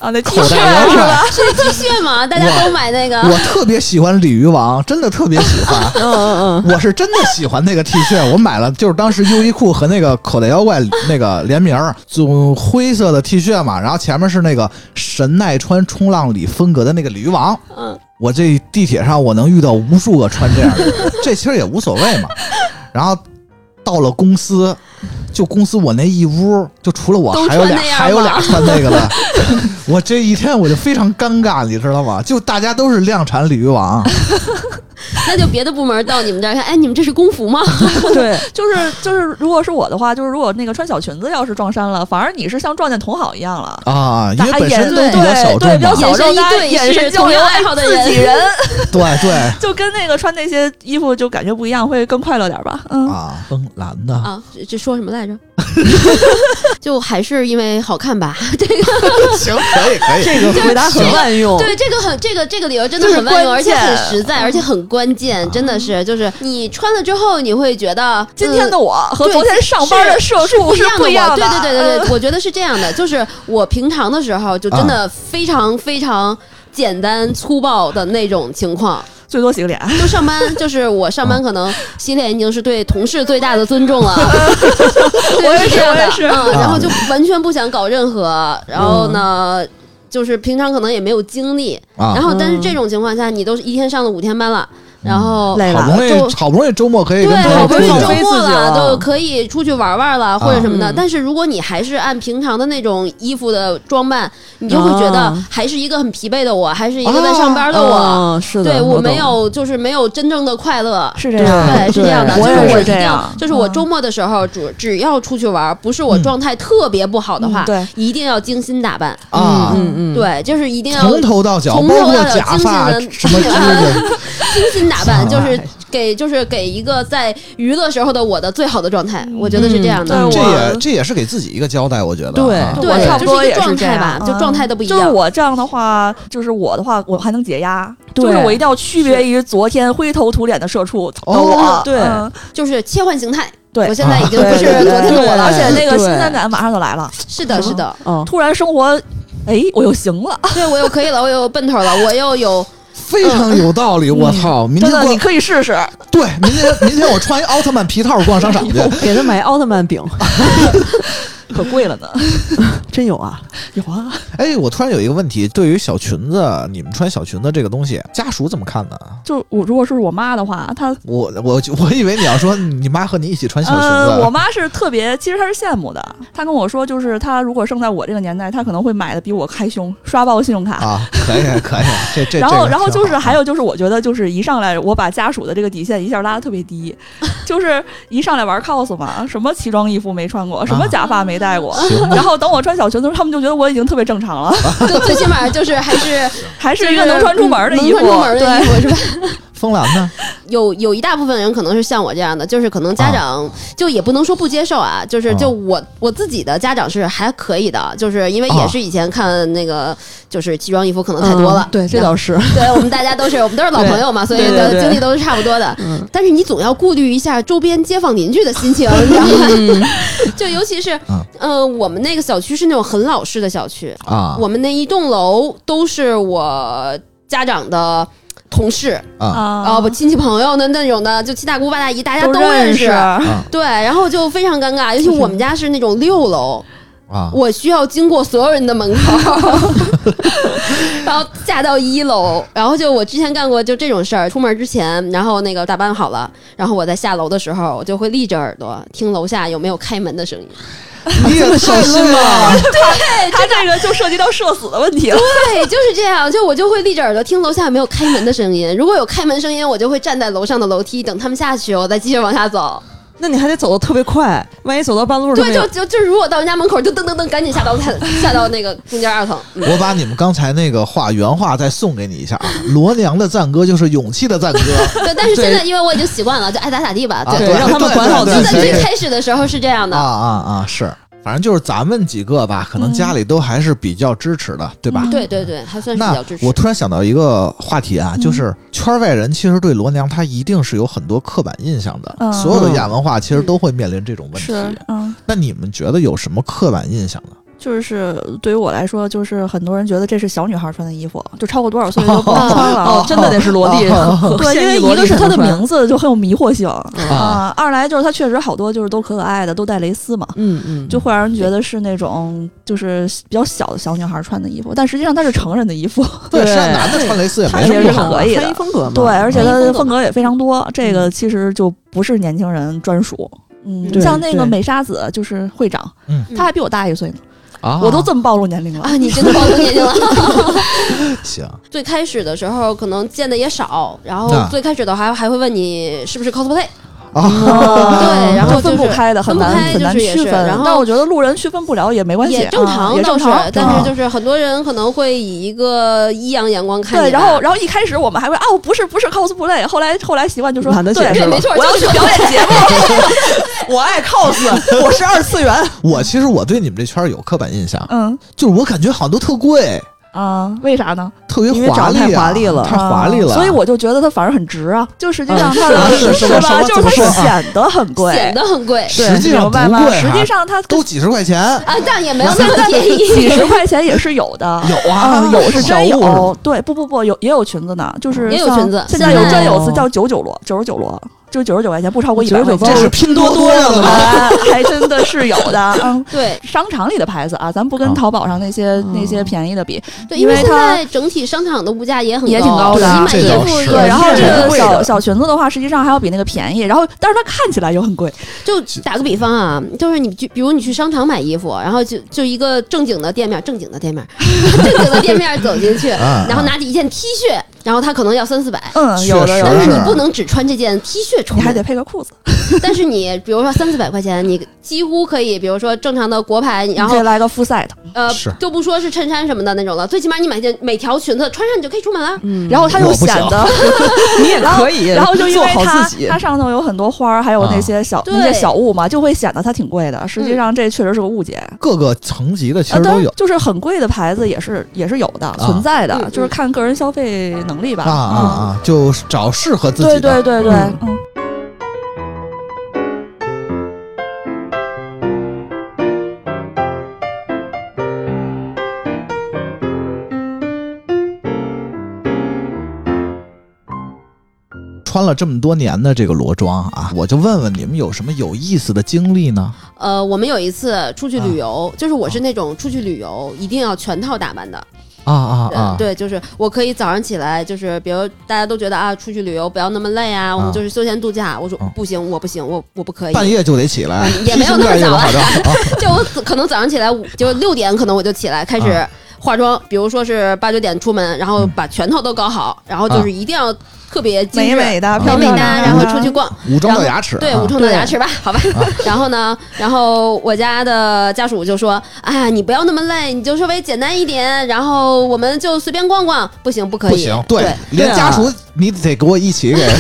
啊，那 T 恤是吧？ 是 T 恤嘛，大家都买那个。 我特别喜欢鲤鱼王，真的特别喜欢。我是真的喜欢那个 T 恤，我买了，就是当时优衣库和那个口袋妖怪那个联名，就灰色的 T 恤嘛，然后前面是那个神奈川冲浪里风格的那个鲤鱼王。我这地铁上我能遇到无数个穿这样的，这其实也无所谓嘛。然后到了公司，就公司我那一屋，就除了我还有俩穿那个的。我这一天我就非常尴尬，你知道吗？就大家都是量产鲤鱼王。 那就别的部门到你们这儿看，哎，你们这是工服吗？ 对，就是，如果是我的话，就是如果那个穿小裙子要是撞衫了，反而你是像撞见同好一样了啊，因为本身都比较小众嘛， 对，比较小众， 眼神交流爱好的自己人， 对对， 就跟那个穿那些衣服就感觉不一样，会更快乐点吧？ 风蓝的啊，这说什么来着？就还是因为好看吧？这个行，可以， 这个回答很万用。 对，这个理由真的很万用，而且很实在，而且很关键，真的是，就是你穿了之后，你会觉得今天的我和昨天上班的社畜是不一样的。 对，我觉得是这样的，就是我平常的时候就真的非常非常简单粗暴的那种情况。 最多洗个脸， 就上班，就是我上班可能洗脸已经是对同事最大的尊重了。 我也是， 然后就完全不想搞任何，然后呢，就是平常可能也没有精力，然后但是这种情况下，你都是一天上了5天班了。然后好不容易周末可以跟好不容易周末了就可以出去玩玩了或者什么的，但是如果你还是按平常的那种衣服的装扮，你就会觉得还是一个很疲惫的我，还是一个在上班的我。 是的， 对我没有就是没有真正的快乐， 是这样， 对，是这样的。 我也是这样，就是我周末的时候只要出去玩，不是我状态特别不好的话， 对， 一定要精心打扮啊， 对，就是一定要从头到脚，包括假发什么之类的， 精心打扮，就是给一个在娱乐时候的我的最好的状态，我觉得是这样的。 这也是给自己一个交代，我觉得。 对，差不多也是这样吧，就状态都不一样。 就是我这样的话，我还能解压，就是我一定要区别于昨天灰头土脸的社畜的我。 对， 就是切换形态。 对， 我现在已经不是昨天的我了， 而且那个新鲜感马上就来了。 是的，是的， 突然生活，我又行了， 对我又可以了，我又有奔头了，我又有。 非常有道理，我操！明天你可以试试。 对，明天我穿一奥特曼皮套逛商场去， 给他买奥特曼饼， 可贵了呢。 真有啊， 有啊。 哎，我突然有一个问题，对于小裙子，你们穿小裙子这个东西，家属怎么看呢？ 就如果是我妈的话， 我以为你要说你妈和你一起穿小裙子。 我妈是特别，其实她是羡慕的。她跟我说，就是她如果生在我这个年代，她可能会买的比我开胸，刷爆信用卡啊。可以，这。 然后就是还有就是，我觉得就是一上来我把家属的这个底线一下拉得特别低，就是一上来玩 cos 嘛，什么奇装异服没穿过，什么假发没戴过，然后等我穿小裙子，他们就觉得我已经特别正常了。 最起码就是还是一个能穿出门的衣服， 对，是吧？ 风兰呢？ 有一大部分人可能是像我这样的，就是可能家长就也不能说不接受啊，就我自己的家长是还可以的，就是因为也是以前看那个就是奇装异服可能太多了， 对，这倒是， 对我们都是老朋友嘛，所以的经历都是差不多的。但是你总要顾虑一下周边街坊邻居的心情，你知道吗？就尤其是我们那个小区是那种很老式的小区啊，我们那一栋楼都是我家长的同事不亲戚朋友的那种的，就七大姑八大姨大家都认识，对，然后就非常尴尬，尤其我们家是那种6楼。我需要经过所有人的门口，然后下到1楼，然后就我之前干过就这种事儿，出门之前，然后那个打扮好了，然后我在下楼的时候，我就会立着耳朵听楼下有没有开门的声音。 你也太深了， 对， 他这个就涉及到社死的问题了。 对，就是这样，就我就会立着耳朵听楼下有没有开门的声音，如果有开门声音，我就会站在楼上的楼梯等他们下去，我再继续往下走。 那你还得走得特别快，万一走到半路上， 对，就如果到人家门口就噔噔噔赶紧下到那个中间2层。 我把你们刚才那个原话再送给你一下啊，罗娘的赞歌就是勇气的赞歌。 对，但是现在因为我已经习惯了，就爱咋咋地吧， 对，让他们管好自己。 就在最开始的时候是这样的是。反正就是咱们几个吧，可能家里都还是比较支持的，对吧？ 对，还算是比较支持。 我突然想到一个话题啊，就是圈外人其实对罗娘她一定是有很多刻板印象的，所有的亚文化其实都会面临这种问题。 是， 那你们觉得有什么刻板印象呢？ 就是对于我来说，就是很多人觉得这是小女孩穿的衣服，就超过多少岁就不能穿了。 真的得是萝莉。 对，因为一个是它的名字就很有迷惑性啊，二来就是它确实好多就是都可爱的，都带蕾丝嘛，就会让人觉得是那种就是比较小的小女孩穿的衣服，但实际上它是成人的衣服。 对，实际上男的穿蕾丝也没什么不好，可以的穿衣风格嘛。 对，而且它的风格也非常多，这个其实就不是年轻人专属。像那个美沙子就是会长，他还比我大1岁呢。我都这么暴露年龄了啊！你真的暴露年龄了。 行， 最开始的时候可能见的也少，然后最开始的还会问你是不是 cosplay。对，然后分不开的，很难区分。 然后， 但我觉得路人区分不了也没关系， 也正常，也正常。但是就是很多人可能会以一个异样眼光看你。 对，然后一开始我们还会不是 cosplay， 后来习惯就说对， 没错， 我要去表演节目， 我爱 cos， 我是2次元。 其实我对你们这圈有刻板印象，就是我感觉好像都特贵。 为啥呢？ 特别华丽， 太华丽了， 太华丽了。 所以我就觉得它反而很值啊！就实际上它是吧？就是它显得很贵， 显得很贵。 实际上不贵， 实际上它都几十块钱啊， 但也没有那么便宜。 几十块钱也是有的， 有啊， 有是真有。对，不，也有裙子呢，就是也有裙子。 现在有专有词叫99罗，99罗。就99块钱，不超过100块钱， 这是拼多多上的吗？ 还真的是有的。 对， 商场里的牌子啊，咱不跟淘宝上那些便宜的比， 对，因为现在整体商场的物价也挺高的。 你买衣服对，然后这个小裙子的话，实际上还要比那个便宜，然后但是它看起来又很贵。 就打个比方啊，就是比如你去商场买衣服，然后就一个正经的店面走进去，然后拿起一件 T 恤。然后他可能要300-400， 有的， 但是你不能只穿这件 T 恤出门， 你还得配个裤子。 但是你比如说300-400块钱，你几乎可以，比如说正常的国牌，然后来个 full set， 就不说是衬衫什么的那种了，最起码你每条裙子穿上你就可以出门了。 然后它又显得你也可以， 然后就因为它上头有很多花，还有那些小物嘛，就会显得它挺贵的。实际上这确实是个误解。 各个层级的其实都有， 就是很贵的牌子也是有的，存在的，就是看个人消费能力吧。 就找适合自己的。 对， 穿了这么多年的这个罗装啊，我就问问你们有什么有意思的经历呢？ 我们有一次出去旅游，就是我是那种出去旅游一定要全套打扮的。对，就是我可以早上起来，就是比如大家都觉得出去旅游不要那么累啊，我们就是休闲度假。我说不行，我不行，我不可以， 半夜就得起来， 也没有那么早了。就我可能早上起来就6点，可能我就起来开始化妆，比如说是8-9点出门，然后把全套都搞好，然后就是一定要特别精致美的， 然后出去逛， 武装到牙齿， 对，武装到牙齿吧，好吧。然后呢，然后我家的家属就说：“哎呀，你不要那么累，你就稍微简单一点，然后我们就随便逛逛。”不行，不可以， 不行，对，连家属你得给我一起给。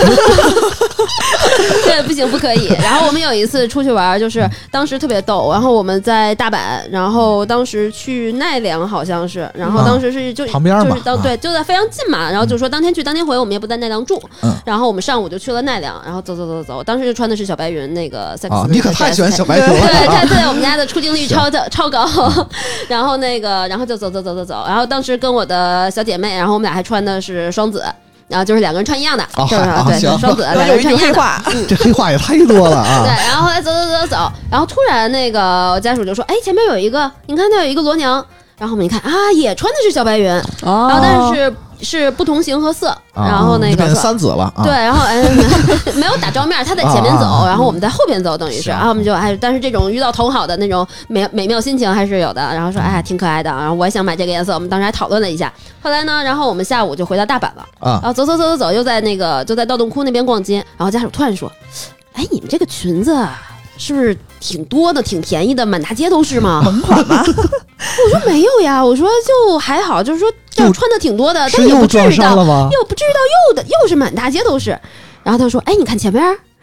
对，不行，不可以。然后我们有一次出去玩，就是当时特别逗。然后我们在大阪，然后当时去奈良好像是，然后当时是旁边嘛， 对，就在非常近嘛。然后就说当天去当天回，我们也不在奈良住。然后我们上午就去了奈良，然后走，当时就穿的是小白云那个 sex。 你可太喜欢小白云了。 对，他对我们家的出镜率超高。然后然后就走。然后当时跟我的小姐妹，然后我们俩还穿的是双子。然后就是2个人穿一样的，对，双子2个人穿一样的。 这黑话也太多了啊！ 对，然后后来走，然后突然那个家属就说：“哎，前面有一个，你看那有一个罗娘。”然后我们一看也穿的是小白云，然后但是不同型和色，然后那个变成3子了。 对，然后没有打照面，他在前面走，然后我们在后边走，等于是，然后我们就但是这种遇到同好的那种美妙心情还是有的。然后说挺可爱的，然后我也想买这个颜色，我们当时还讨论了一下。后来呢，然后我们下午就回到大阪了，然后走，又在就在道顿窟那边逛街，然后家属突然说：“哎，你们这个裙子是不是挺多的，挺便宜的，满大街都是吗？ 萌款吗？” 我说没有呀，我说就还好，就是说这穿的挺多的，但又不至于到了吗？ 又不至于到又是满大街都是。然后他说：“哎，你看前边。”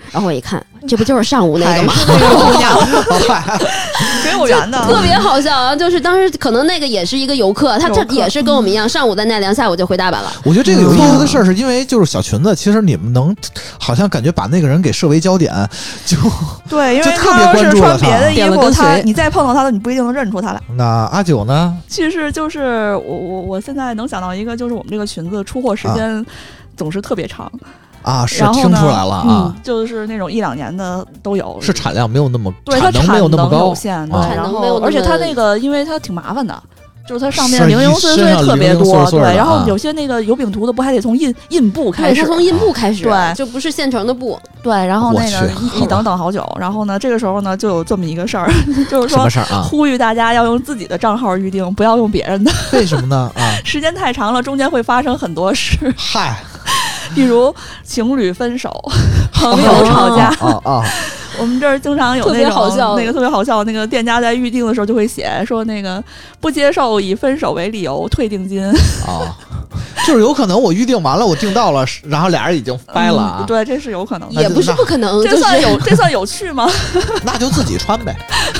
然后我一看，这不就是上午那个吗？ 那个姑娘，挺有缘的， 特别好笑啊！就是当时可能那个也是一个游客，他这也是跟我们一样，上午在奈良，下午就回大阪了。 我觉得这个有意思的事儿，是因为就是小裙子，其实你们能好像感觉把那个人给设为焦点，就对，因为特别关注了他。别的衣服，你再碰到他的，你不一定能认出他来。 那阿九呢？ 其实就是我现在能想到一个，就是我们这个裙子出货时间总是特别长。 啊，是听出来了啊， 就是那种1-2年的都有， 是产量没有那么， 对，它产能没有那么高， 有限，对， 然后而且它那个，因为它挺麻烦的。就是它上面零零碎碎特别多，对，然后有些那个油饼图的不还得从印布开始， 它从印布开始， 对， 就不是现成的布， 对，然后那个一等好久，然后呢，这个时候呢就有这么一个事儿，就是说呼吁大家要用自己的账号预定，不要用别人的。 为什么呢？啊， 时间太长了，中间会发生很多事。 嗨， 比如情侣分手、朋友吵架。我们这儿经常有那种特别好笑，那个店家在预定的时候就会写说那个不接受以分手为理由退定金。 就是有可能我预定完了，我订到了，然后俩人已经掰了啊。 对，这是有可能的，也不是不可能。 这算有趣吗？ 那就自己穿呗。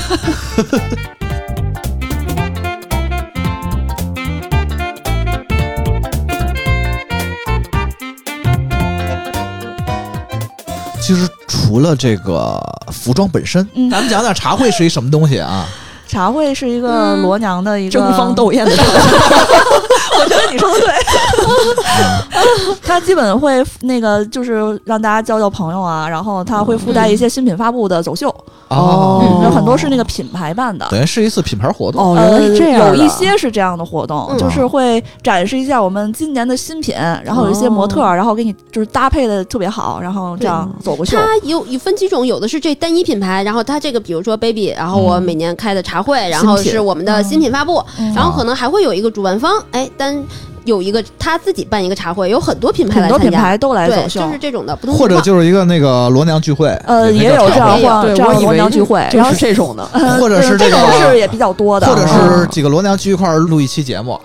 其实除了这个服装本身，咱们讲讲茶会是一什么东西啊？ 茶会是一个罗娘的一个争芳斗艳的我觉得你说的对。他基本会那个就是让大家交朋友啊，然后他会附带一些新品发布的走秀。有很多是那个品牌办的， 等于是一次品牌活动。 原来是这样的， 有一些是这样的活动，就是会展示一下我们今年的新品，然后有一些模特，然后给你就是搭配的特别好，然后这样走个秀。 它有分几种，有的是这单一品牌，然后它这个比如说 baby， 然后我每年开的茶会，然后是我们的新品发布，然后可能还会有一个主办方，有一个他自己办一个茶会，有很多品牌来参加， 很多品牌都来走秀， 就是这种的，不同或者就是一个那个罗娘聚会， 也有这样罗娘聚会， 然后这种的， 或者是这种是也比较多的， 或者是几个罗娘聚一块录一期节目，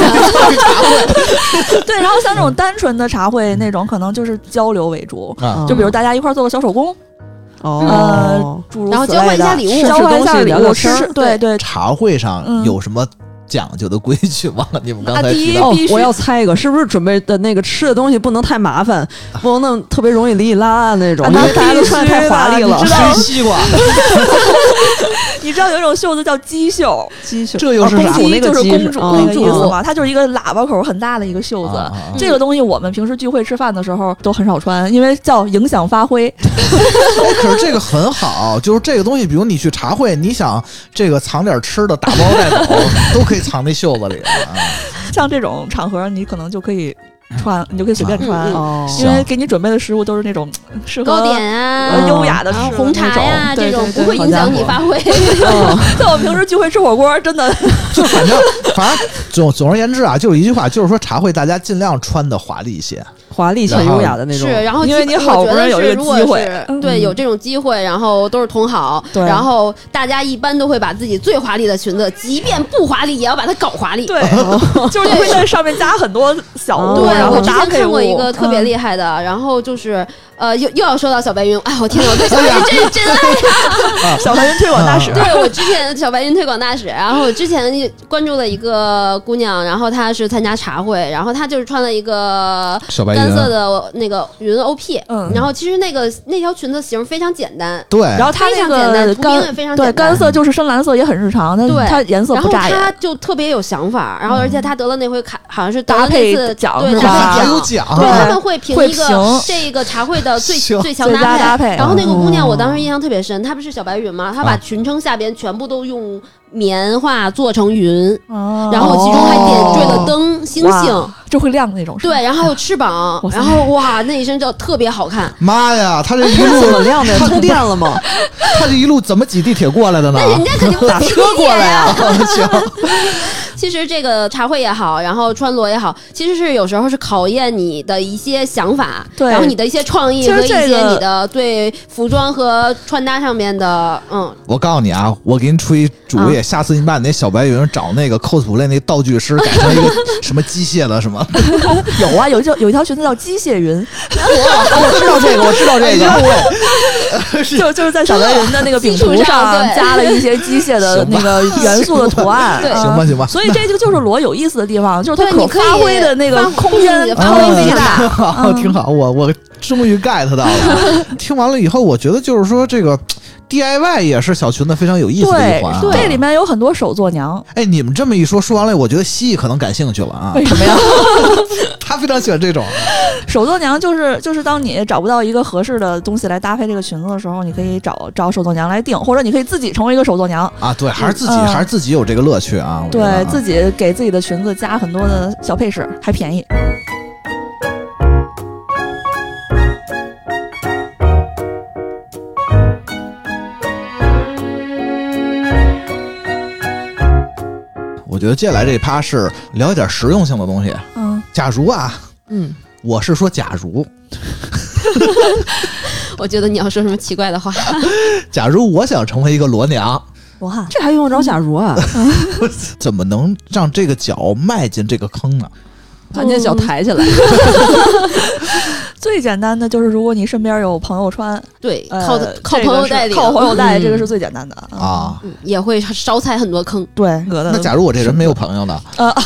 对，然后像这种单纯的茶会那种，可能就是交流为主，就比如大家一块做个小手工。 然后交换一下礼物， 交换一下礼物，对。 茶会上有什么讲究的规矩忘了？你们刚才提到，我要猜一个，是不是准备的那个吃的东西不能太麻烦，不能特别容易哩哩啦啦那种，因为大家都穿太华丽了， 吃西瓜。 你知道有一种袖子叫鸡袖， 这又是啥？ 鸡就是公主那个意思嘛，它就是一个喇叭口很大的一个袖子。这个东西我们平时聚会吃饭的时候都很少穿，因为叫影响发挥。 可是这个很好，就是这个东西，比如你去茶会，你想这个藏点吃的，打包带走，都可以藏那袖子里。 像这种场合，你可能就可以穿，你就可以随便穿，因为给你准备的食物都是那种适合糕点啊、 优雅的红茶呀，这种不会影响你发挥。 在我平时聚会吃火锅，真的就反正总而言之啊，就是一句话，就是说茶会大家尽量穿的华丽一些。 华丽且优雅的那种， 是，然后因为你好不容易有一个机会， 对，有这种机会，然后都是同好，然后大家一般都会把自己最华丽的裙子，即便不华丽，也要把它搞华丽， 对，就是会在上面加很多小物， 对， 然后我之前看过一个特别厉害的，然后就是又要说到小白云，哎，我天哪，我对小白云真爱啊！ 小白云推广大使， 对，我之前小白云推广大使，然后我之前关注了一个姑娘，然后她是参加茶会，然后她就是穿了一个小白云。 单色的那个云 OP，然后其实那条裙子型非常简单， 对， 然后它那个图钉也非常简单， 对，干色就是深蓝色，也很日常，它颜色不扎眼， 然后它就特别有想法，然后而且他得了那回好像是搭配奖， 对， 还有奖， 对，他们会评一个这个茶会的最强搭配，然后那个姑娘我当时印象特别深，她不是小白云吗？她把裙撑下边全部都用棉花做成云，然后其中还点缀了灯、星星。 就会亮那种， 对，然后还有翅膀，然后哇，那一身就特别好看。 妈呀，他这一路怎么亮的？通电了吗？ 他这一路怎么挤地铁过来的呢？ 那人家肯定打车过来呀。 行， 其实这个茶会也好，然后穿罗也好，其实是有时候是考验你的一些想法， 对， 然后你的一些创意和一些你的对服装和穿搭上面的， 我告诉你啊，我给你出一主意，下次你把你那小白云找那个 cosplay 那道具师改成一个什么机械的什么？ 有啊，有一条裙子叫机械云， 我知道这个， 就是在小白云的那个饼图上加了一些机械的那个元素的图案， 行吧。 所以这就是罗有意思的地方，就是它可发挥的那个空间发挥非常大，挺好。我终于 get 到了。听完了以后，我觉得就是说这个 DIY 也是小裙子非常有意思的一环。 对，这里面有很多手作娘。 哎，你们这么一说完了，我觉得蜥蜴可能感兴趣了啊。 为什么呀？ 他非常喜欢这种手作娘，就是当你找不到一个合适的东西来搭配这个裙子的时候，你可以找手作娘来定，或者你可以自己成为一个手作娘啊。对，还是自己有这个乐趣啊。 对，自己给自己的裙子加很多的小配饰，还便宜。 我觉得接下来这一趴是聊一点实用性的东西。假如啊，我是说假如， 我觉得你要说什么奇怪的话。 假如我想成为一个罗娘， 哇，这还用得着假如啊？ 怎么能让这个脚迈进这个坑呢？ 把你的脚抬起来。 最简单的就是，如果你身边有朋友穿， 对，靠朋友带领， 靠朋友带，这个是最简单的啊， 也会少踩很多坑。 对， 那假如我这人没有朋友呢？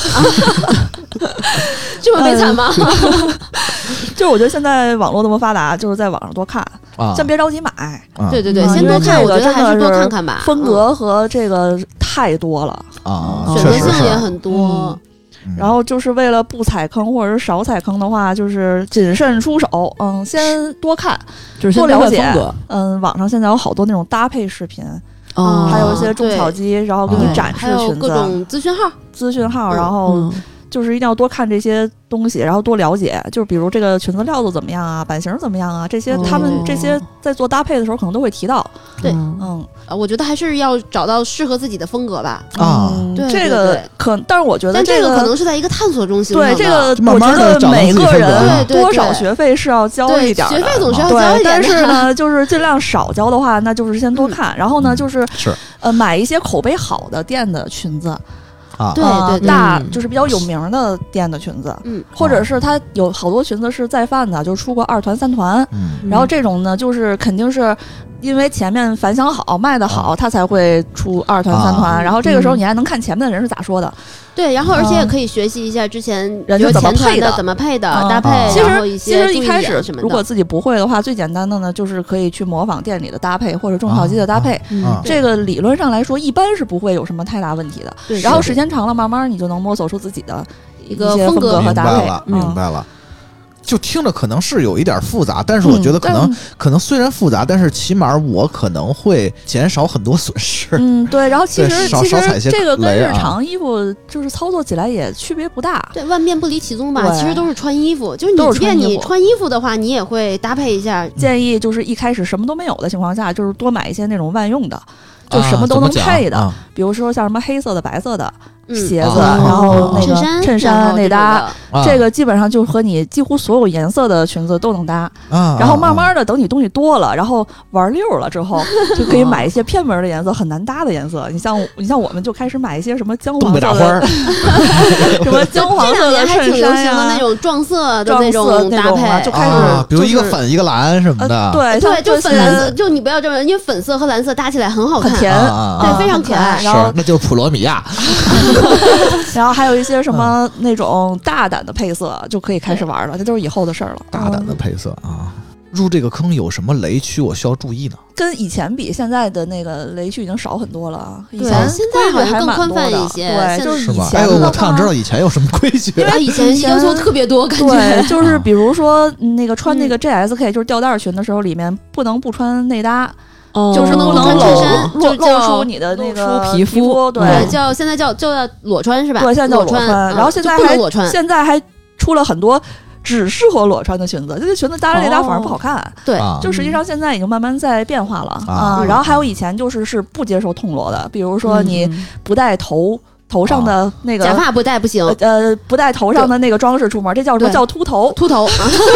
这么悲惨吗？ 就是我觉得现在网络那么发达，就是在网上多看，先别着急买。 对，先多看，我觉得还是多看看吧。 风格和这个太多了啊， 选择性也很多。 然后就是为了不踩坑或者是少踩坑的话，就是谨慎出手。先多看， 就是多了解风格。 网上现在有好多那种搭配视频，还有一些种草机，然后给你展示裙子， 各种资讯号， 然后就是一定要多看这些东西，然后多了解，就是比如这个裙子料子怎么样啊，版型怎么样啊，这些他们这些在做搭配的时候可能都会提到。 对，我觉得还是要找到适合自己的风格吧。对， 这个但是我觉得这个可能是在一个探索中形成的。对，这个我觉得每个人多少学费是要交一点的， 学费总是要交一点的。 但是呢，就是尽量少交的话，那就是先多看，然后呢，就是买一些口碑好的店的裙子。 对， 大就是比较有名的店的裙子，或者是它有好多裙子是再贩的，就出过2团3团，然后这种呢，就是肯定是因为前面反响好卖的好，它才会出2团3团，然后这个时候你还能看前面的人是咋说的。 对，然后而且也可以学习一下之前人家怎么配的搭配。 其实一开始如果自己不会的话，最简单的呢就是可以去模仿店里的搭配或者种草机的搭配。这个理论上来说一般是不会有什么太大问题的。然后时间长了，慢慢你就能摸索出自己的一个风格和搭配。 明白了。就听着可能是有一点复杂，但是我觉得可能虽然复杂，但是起码我可能会减少很多损失。 对，然后其实这个跟日常衣服就是操作起来也区别不大。 对，万变不离其宗吧，其实都是穿衣服。就是即便你穿衣服的话，你也会搭配一下。 建议就是一开始什么都没有的情况下，就是多买一些那种万用的，就什么都能配的，比如说像什么黑色的、白色的。鞋子，然后那个衬衫内搭，这个基本上就和你几乎所有颜色的裙子都能搭。然后慢慢的，等你东西多了，然后玩溜了之后，就可以买一些偏门的颜色，很难搭的颜色。你像我们就开始买一些什么姜黄色的，什么姜黄色的衬衫呀， 那种撞色的那种搭配， 就开始， 比如一个粉一个蓝什么的。 对， 就粉蓝色，就你不要这么，因为粉色和蓝色搭起来很好看， 很甜， 对，非常可爱。 然后那就是普罗米亚。 然后还有一些什么那种大胆的配色就可以开始玩了，这都是以后的事儿了。 大胆的配色啊！入这个坑有什么雷区我需要注意呢？ 跟以前比，现在的那个雷区已经少很多了。以前现在好像更宽泛一些， 对，就是以前。 哎呦，我特想知道以前有什么规矩。 因为以前要求特别多，感觉。 对，就是比如说那个穿那个 JSK 就是吊带裙的时候，里面不能不穿内搭。就是不能露出你的那个皮肤， 对， 现在叫裸穿是吧？ 对，现在叫裸穿。然后现在还出了很多只适合裸穿的裙子，这个裙子搭着内搭反而不好看。 对， 就实际上现在已经慢慢在变化了啊。然后还有以前是不接受痛裸的，比如说你不戴头头上的那个假发不戴不行， 不戴头上的那个装饰出门，这叫什么？叫秃头。 秃头，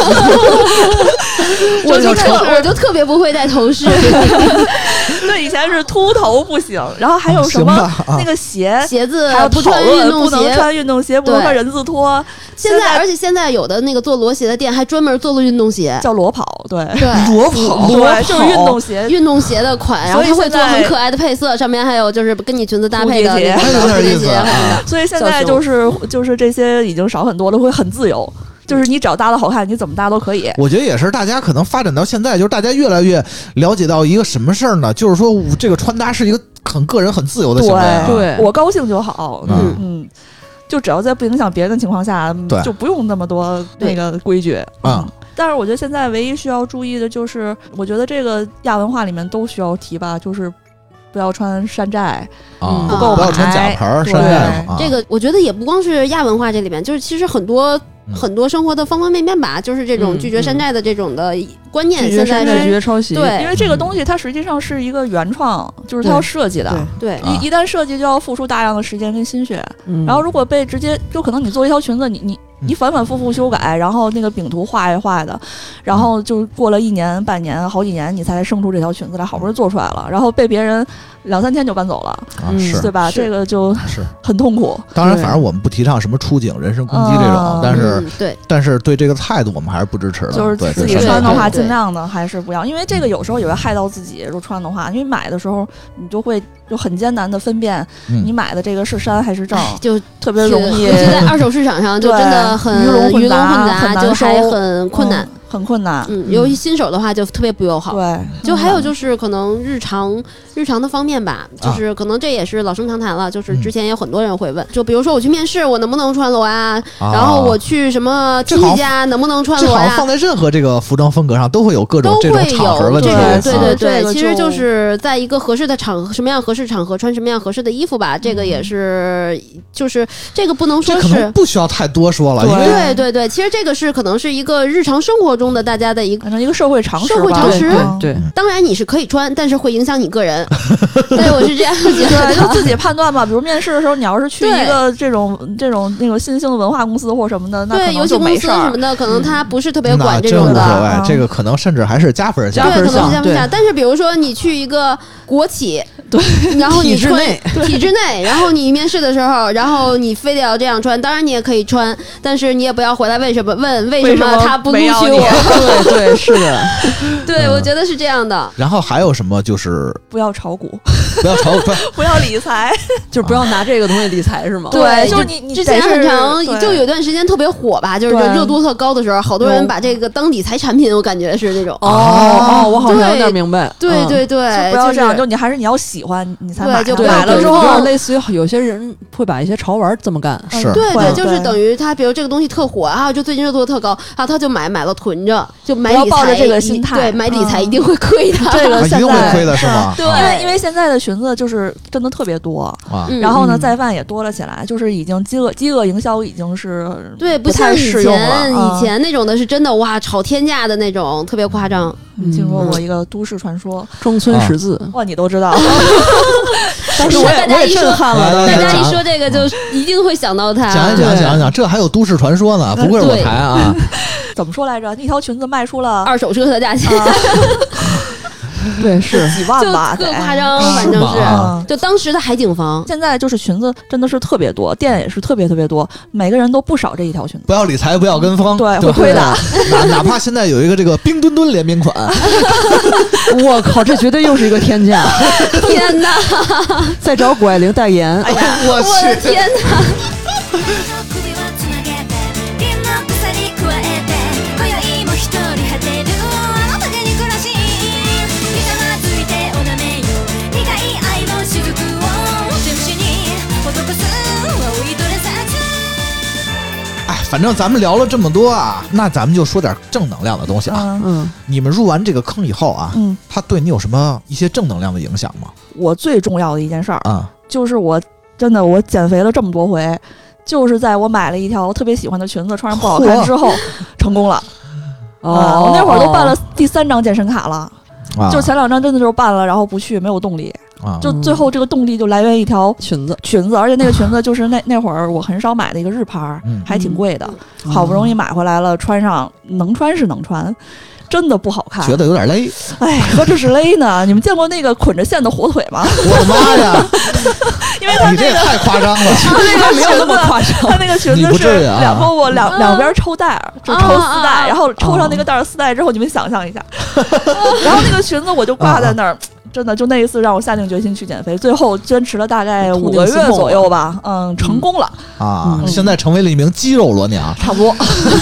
我就特别不会戴头饰。 对，以前是秃头不行，然后还有什么那个鞋子还有不穿运动鞋， 不能穿运动鞋，不能穿人字拖。 而且现在有的那个做裸鞋的店还专门做了运动鞋， 叫裸跑，对， 裸跑， 对，就是运动鞋的款，然后它会做很可爱的配色，上面还有就是跟你裙子搭配的蝴蝶鞋， 所以现在就是这些已经少很多了，会很自由。就是你只要搭的好看，你怎么搭都可以。 我觉得也是，大家可能发展到现在，就是大家越来越了解到一个什么事儿呢？就是说，这个穿搭是一个很个人、很自由的行为。 对，我高兴就好。就只要在不影响别人的情况下，就不用那么多那个规矩。但是我觉得现在唯一需要注意的就是，我觉得这个亚文化里面都需要提吧，就是不要穿山寨，不够不要穿假牌山寨。 这个我觉得也不光是亚文化这里面，就是其实很多生活的方方面面吧，就是这种拒绝山寨的这种的观念，现在拒绝抄袭。 对，因为这个东西它实际上是一个原创，就是它要设计的。 对， 一旦设计就要付出大量的时间跟心血。然后如果被直接，就可能你做一条裙子，你反反复复修改，然后那个饼图画一画的，然后就过了1年、半年、好几年，你才生出这条裙子来，好不容易做出来了，然后被别人2-3天就搬走了，对吧？这个就是很痛苦。 当然，反正我们不提倡什么出警、人身攻击这种，但是对这个态度我们还是不支持的。 就是自己穿的话，尽量的还是不要，因为这个有时候也会害到自己。如果穿的话，因为买的时候你就很艰难的分辨你买的这个是山还是正， 就特别容易。 尤其在二手市场上，就真的很鱼龙混杂，就还很困难。 很困难， 尤其新手的话就特别不友好。 对， 就还有就是可能日常的方面吧，就是可能这也是老生常谈了。就是之前有很多人会问，就比如说我去面试，我能不能穿裸啊？然后我去什么亲戚家能不能穿裸啊？ 这好像放在任何这个服装风格上都会有各种这种场合问题。 对，其实就是在一个合适的场合，什么样合适场合穿什么样合适的衣服吧。这个也是，就是这个不能说是， 这可能不需要太多说了。 对，其实这个是可能是一个日常生活中的大家的一个社会常识。 对，当然你是可以穿，但是会影响你个人。对，我是这样觉得。 对，就自己判断吧。比如面试的时候，你要是去一个这种那种新兴的文化公司或什么的，那可能就没事。 游戏公司什么的，可能他不是特别管这种的。这个可能甚至还是加分项。 对，可能是加分项。但是比如说你去一个国企，对，然后你穿体制内，然后你面试的时候，然后你非得要这样穿，当然你也可以穿，但是你也不要回来问为什么他不录取我。 对，是的， 对，我觉得是这样的。 然后还有什么就是不要炒股， 不要理财， 就是不要拿这个东西理财是吗？ 对，就是你之前很长就有段时间特别火吧，就是热度特高的时候，好多人把这个当理财产品，我感觉是那种。 哦，我好像有点明白。 对， 不要这样，就你还是你要喜欢你才买， 就买了之后， 类似于有些人会把一些潮玩这么干。 是， 对，就是等于他，比如这个东西特火啊，就最近热度特高，然后他就买了囤着，就买理财， 抱着这个心态， 对，买理财一定会亏的， 这个一定会亏的是吗？ 对， 因为现在的裙子就是真的特别多，然后呢，再犯也多了起来，就是已经饥饿营销已经是对，不像以前那种的是真的哇，炒天价的那种，特别夸张。 听说过一个都市传说， 中村十字， 哇，你都知道。 当时我也震撼了， 大家一说这个就一定会想到他。 讲，这还有都市传说呢，不愧是我台啊！ 怎么说来着？一条裙子卖出了 2手车的价钱。 对，是几万吧， 特夸张，反正是。就当时的海景房， 现在就是裙子真的是特别多，店也是特别特别多，每个人都不少这一条裙子。 不要理财，不要跟风， 对，会亏的。 哪怕现在有一个这个冰墩墩联名款， 我靠，这绝对又是一个天价！ 天哪！ 再找谷爱凌代言， 哎呀，我的天哪！ 反正咱们聊了这么多啊，那咱们就说点正能量的东西啊。你们入完这个坑以后啊，它对你有什么一些正能量的影响吗？ 我最重要的一件事儿啊，就是我减肥了这么多回，就是在我买了一条特别喜欢的裙子，穿上不好看之后，成功了。我那会儿都办了第3张健身卡了。 就前2站真的就是办了，然后不去，没有动力。就最后这个动力就来源一条裙子， 而且那个裙子就是那会儿我很少买的一个日牌，还挺贵的，好不容易买回来了，穿上能穿是能穿。真的不好看， 觉得有点勒。 哎，何止是勒呢？你们见过那个捆着线的火腿吗？ 我的妈呀！ 因为他你这也太夸张了， 他那个没有那么夸张。他那个裙子是两包我两边抽带儿，就抽丝带，然后抽上那个带儿丝带之后，你们想象一下，然后那个裙子我就挂在那儿。真的就那一次让我下定决心去减肥，最后坚持了大概5个月左右吧，成功了现在成为了一名肌肉裸娘， 差不多。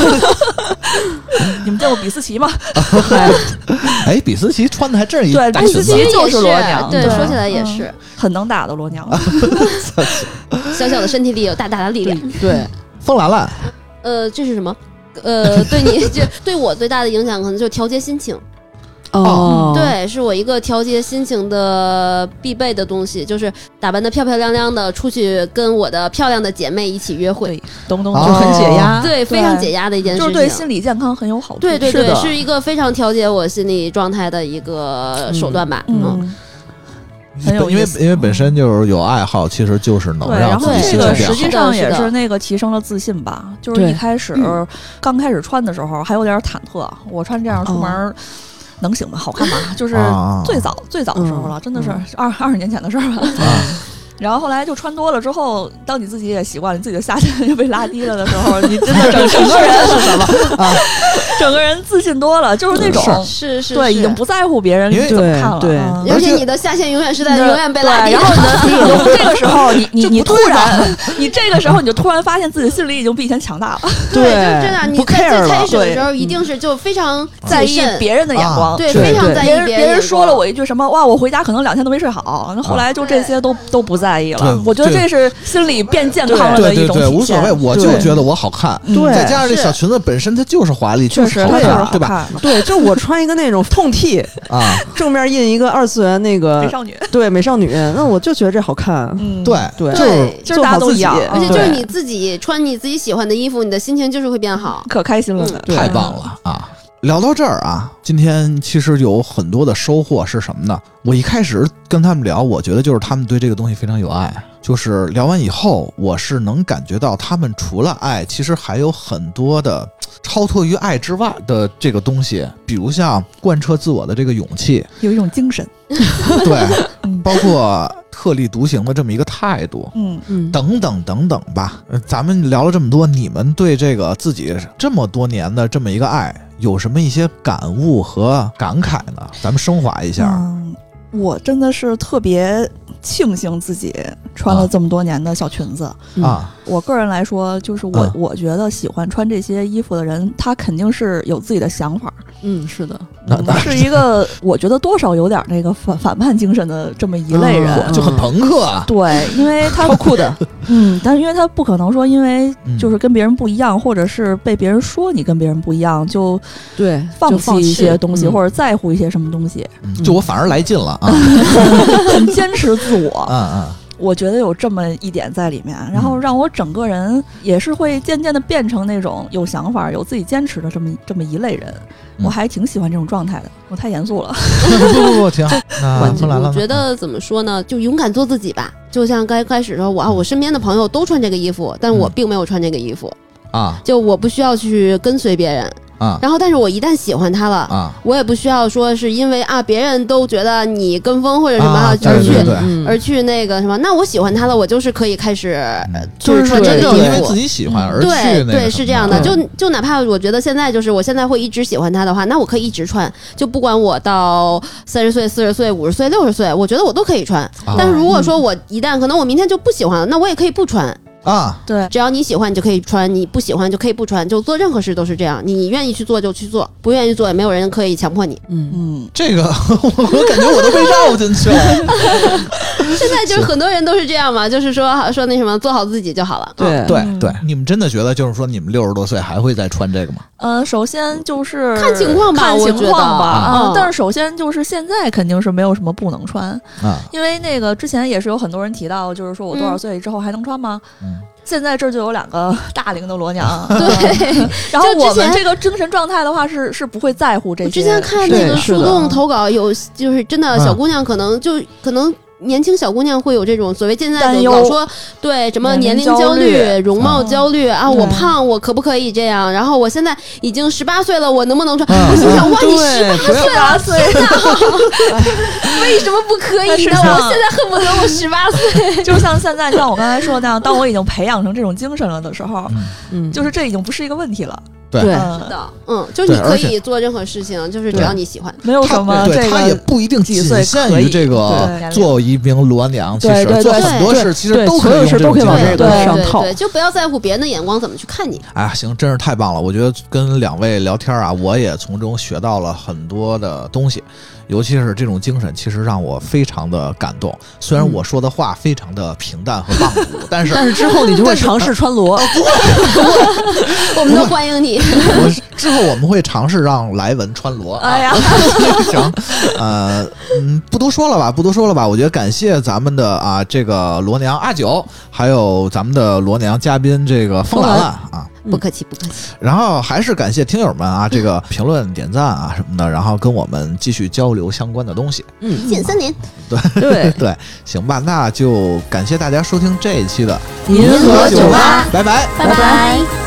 你们见过比斯奇吗？ 哎，比斯奇穿的还真是一对，比斯奇就是裸娘， 对，说起来也是很能打的裸娘， 小小的身体里有大大的力量。 对， 风兰兰， 这是什么？对你就对我最大的影响可能就是调节心情。对，是我一个调节心情的必备的东西，就是打扮的漂漂亮亮的出去跟我的漂亮的姐妹一起约会， 懂就很解压， 对，非常解压的一件事情， 就是对心理健康很有好处。 对对对，是一个非常调节我心理状态的一个手段吧。 因为本身就是有爱好，其实就是能让自己心情变好。 实际上也是那个提升了自信吧。就是一开始刚开始穿的时候还有点忐忑，我穿这样出门。能行吗？好看吗？就是最早的时候了，真的是20年前的事儿了。然后后来就穿多了之后，当你自己也习惯了，你自己的下限就被拉低了的时候，你真的整个人是什么啊？整个人自信多了，就是那种是对，已经不在乎别人怎么看了。 对， 而且你的下限永远是在永远被拉低。 然后你这个时候，你突然，你这个时候你就突然发现自己心里已经比以前强大了。 对，就真的，你在开始的时候一定是就非常在意别人的眼光， 对，非常在意别人说了我一句什么，哇，我回家可能2天都没睡好，那后来就这些都不在意了。我觉得这是心理变健康了的一种体现。 对，无所谓，我就觉得我好看。 对， 再加上这小裙子本身它就是华丽， 就是好看， 对吧？ 对，就我穿一个那种痛 T 啊， 正面印一个2次元那个美少女， 对，美少女，那我就觉得这好看。 对， 就是大家都一样， 而且就是你自己穿你自己喜欢的衣服，你的心情就是会变好， 可开心了， 太棒了啊！聊到这儿啊，今天其实有很多的收获是什么呢？我一开始跟他们聊，我觉得就是他们对这个东西非常有爱。就是聊完以后，我是能感觉到他们除了爱，其实还有很多的超脱于爱之外的这个东西，比如像贯彻自我的这个勇气， 有一种精神， 对，包括特立独行的这么一个态度，等等等等吧。咱们聊了这么多，你们对这个自己这么多年的这么一个爱，有什么一些感悟和感慨呢？咱们升华一下。 我真的是特别庆幸自己穿了这么多年的小裙子啊！ 我个人来说，就是我觉得喜欢穿这些衣服的人，他肯定是有自己的想法。 是的， 是一个我觉得多少有点那个反叛精神的这么一类人， 就很朋克啊。 对，因为他超酷的， 但是因为他不可能说因为就是跟别人不一样，或者是被别人说你跟别人不一样，就对放弃一些东西，或者在乎一些什么东西。 就我反而来劲了啊， 很坚持自我。我觉得有这么一点在里面，然后让我整个人也是会渐渐的变成那种有想法、有自己坚持的这么一类人。我还挺喜欢这种状态的。我太严肃了。 不，挺好。 我觉得怎么说呢，就勇敢做自己吧。就像刚开始的时候，我身边的朋友都穿这个衣服，但我并没有穿这个衣服啊， 就我不需要去跟随别人。然后但是我一旦喜欢他了我也不需要说是因为别人都觉得你跟风或者什么而去那个什么，那我喜欢他了，我就是可以开始就是穿这个衣服， 因为自己喜欢而去对是这样的。就哪怕我觉得现在就是我现在会一直喜欢他的话，那我可以一直穿，就不管我到30岁、40岁、50岁、60岁，我觉得我都可以穿。但是如果说我一旦可能我明天就不喜欢了，那我也可以不穿。 对， 只要你喜欢你就可以穿，你不喜欢就可以不穿，就做任何事都是这样，你愿意去做就去做，不愿意做也没有人可以强迫你。 这个我感觉我都被绕进去了。 现在就是很多人都是这样嘛，就是说那什么，做好自己就好了。 对，你们真的觉得就是说你们60多岁还会再穿这个吗？ 首先就是看情况吧， 但是首先就是现在肯定是没有什么不能穿因为那个之前也是有很多人提到，就是说我多少岁之后还能穿吗？ 现在这就有2个大龄的罗娘， 对。 然后我们这个精神状态的话是不会在乎这些。 我之前看那个树洞投稿有，就是真的小姑娘可能年轻小姑娘会有这种所谓现在老说对什么年龄焦虑、容貌焦虑啊，我胖，我可不可以这样？然后我现在已经18岁了，我能不能穿？我心想，哇，你18岁，天哪！为什么不可以呢？我现在恨不得我18岁。 就像现在，像我刚才说的那样，当我已经培养成这种精神了的时候，就是这已经不是一个问题了。 对， 是的，就是你可以做任何事情，就是只要你喜欢， 没有什么这个， 他也不一定仅限于这个做一名罗娘，其实做很多事其实都可以往这个上套， 对，就不要在乎别人的眼光怎么去看你。 哎呀，行，真是太棒了！我觉得跟2位聊天啊，我也从中学到了很多的东西。尤其是这种精神，其实让我非常的感动。虽然我说的话非常的平淡和棒骨，但是之后你就会尝试穿罗， 我们都欢迎你。 之后我们会尝试让莱文穿罗。 哎呀， 行，不多说了吧。我觉得感谢咱们的这个罗娘阿九，还有咱们的罗娘嘉宾这个凤兰兰啊。 不客气。 然后还是感谢听友们啊，这个评论、点赞啊什么的，然后跟我们继续交流相关的东西。 近3年。 对，行吧，那就感谢大家收听这一期的银河酒吧， 拜拜。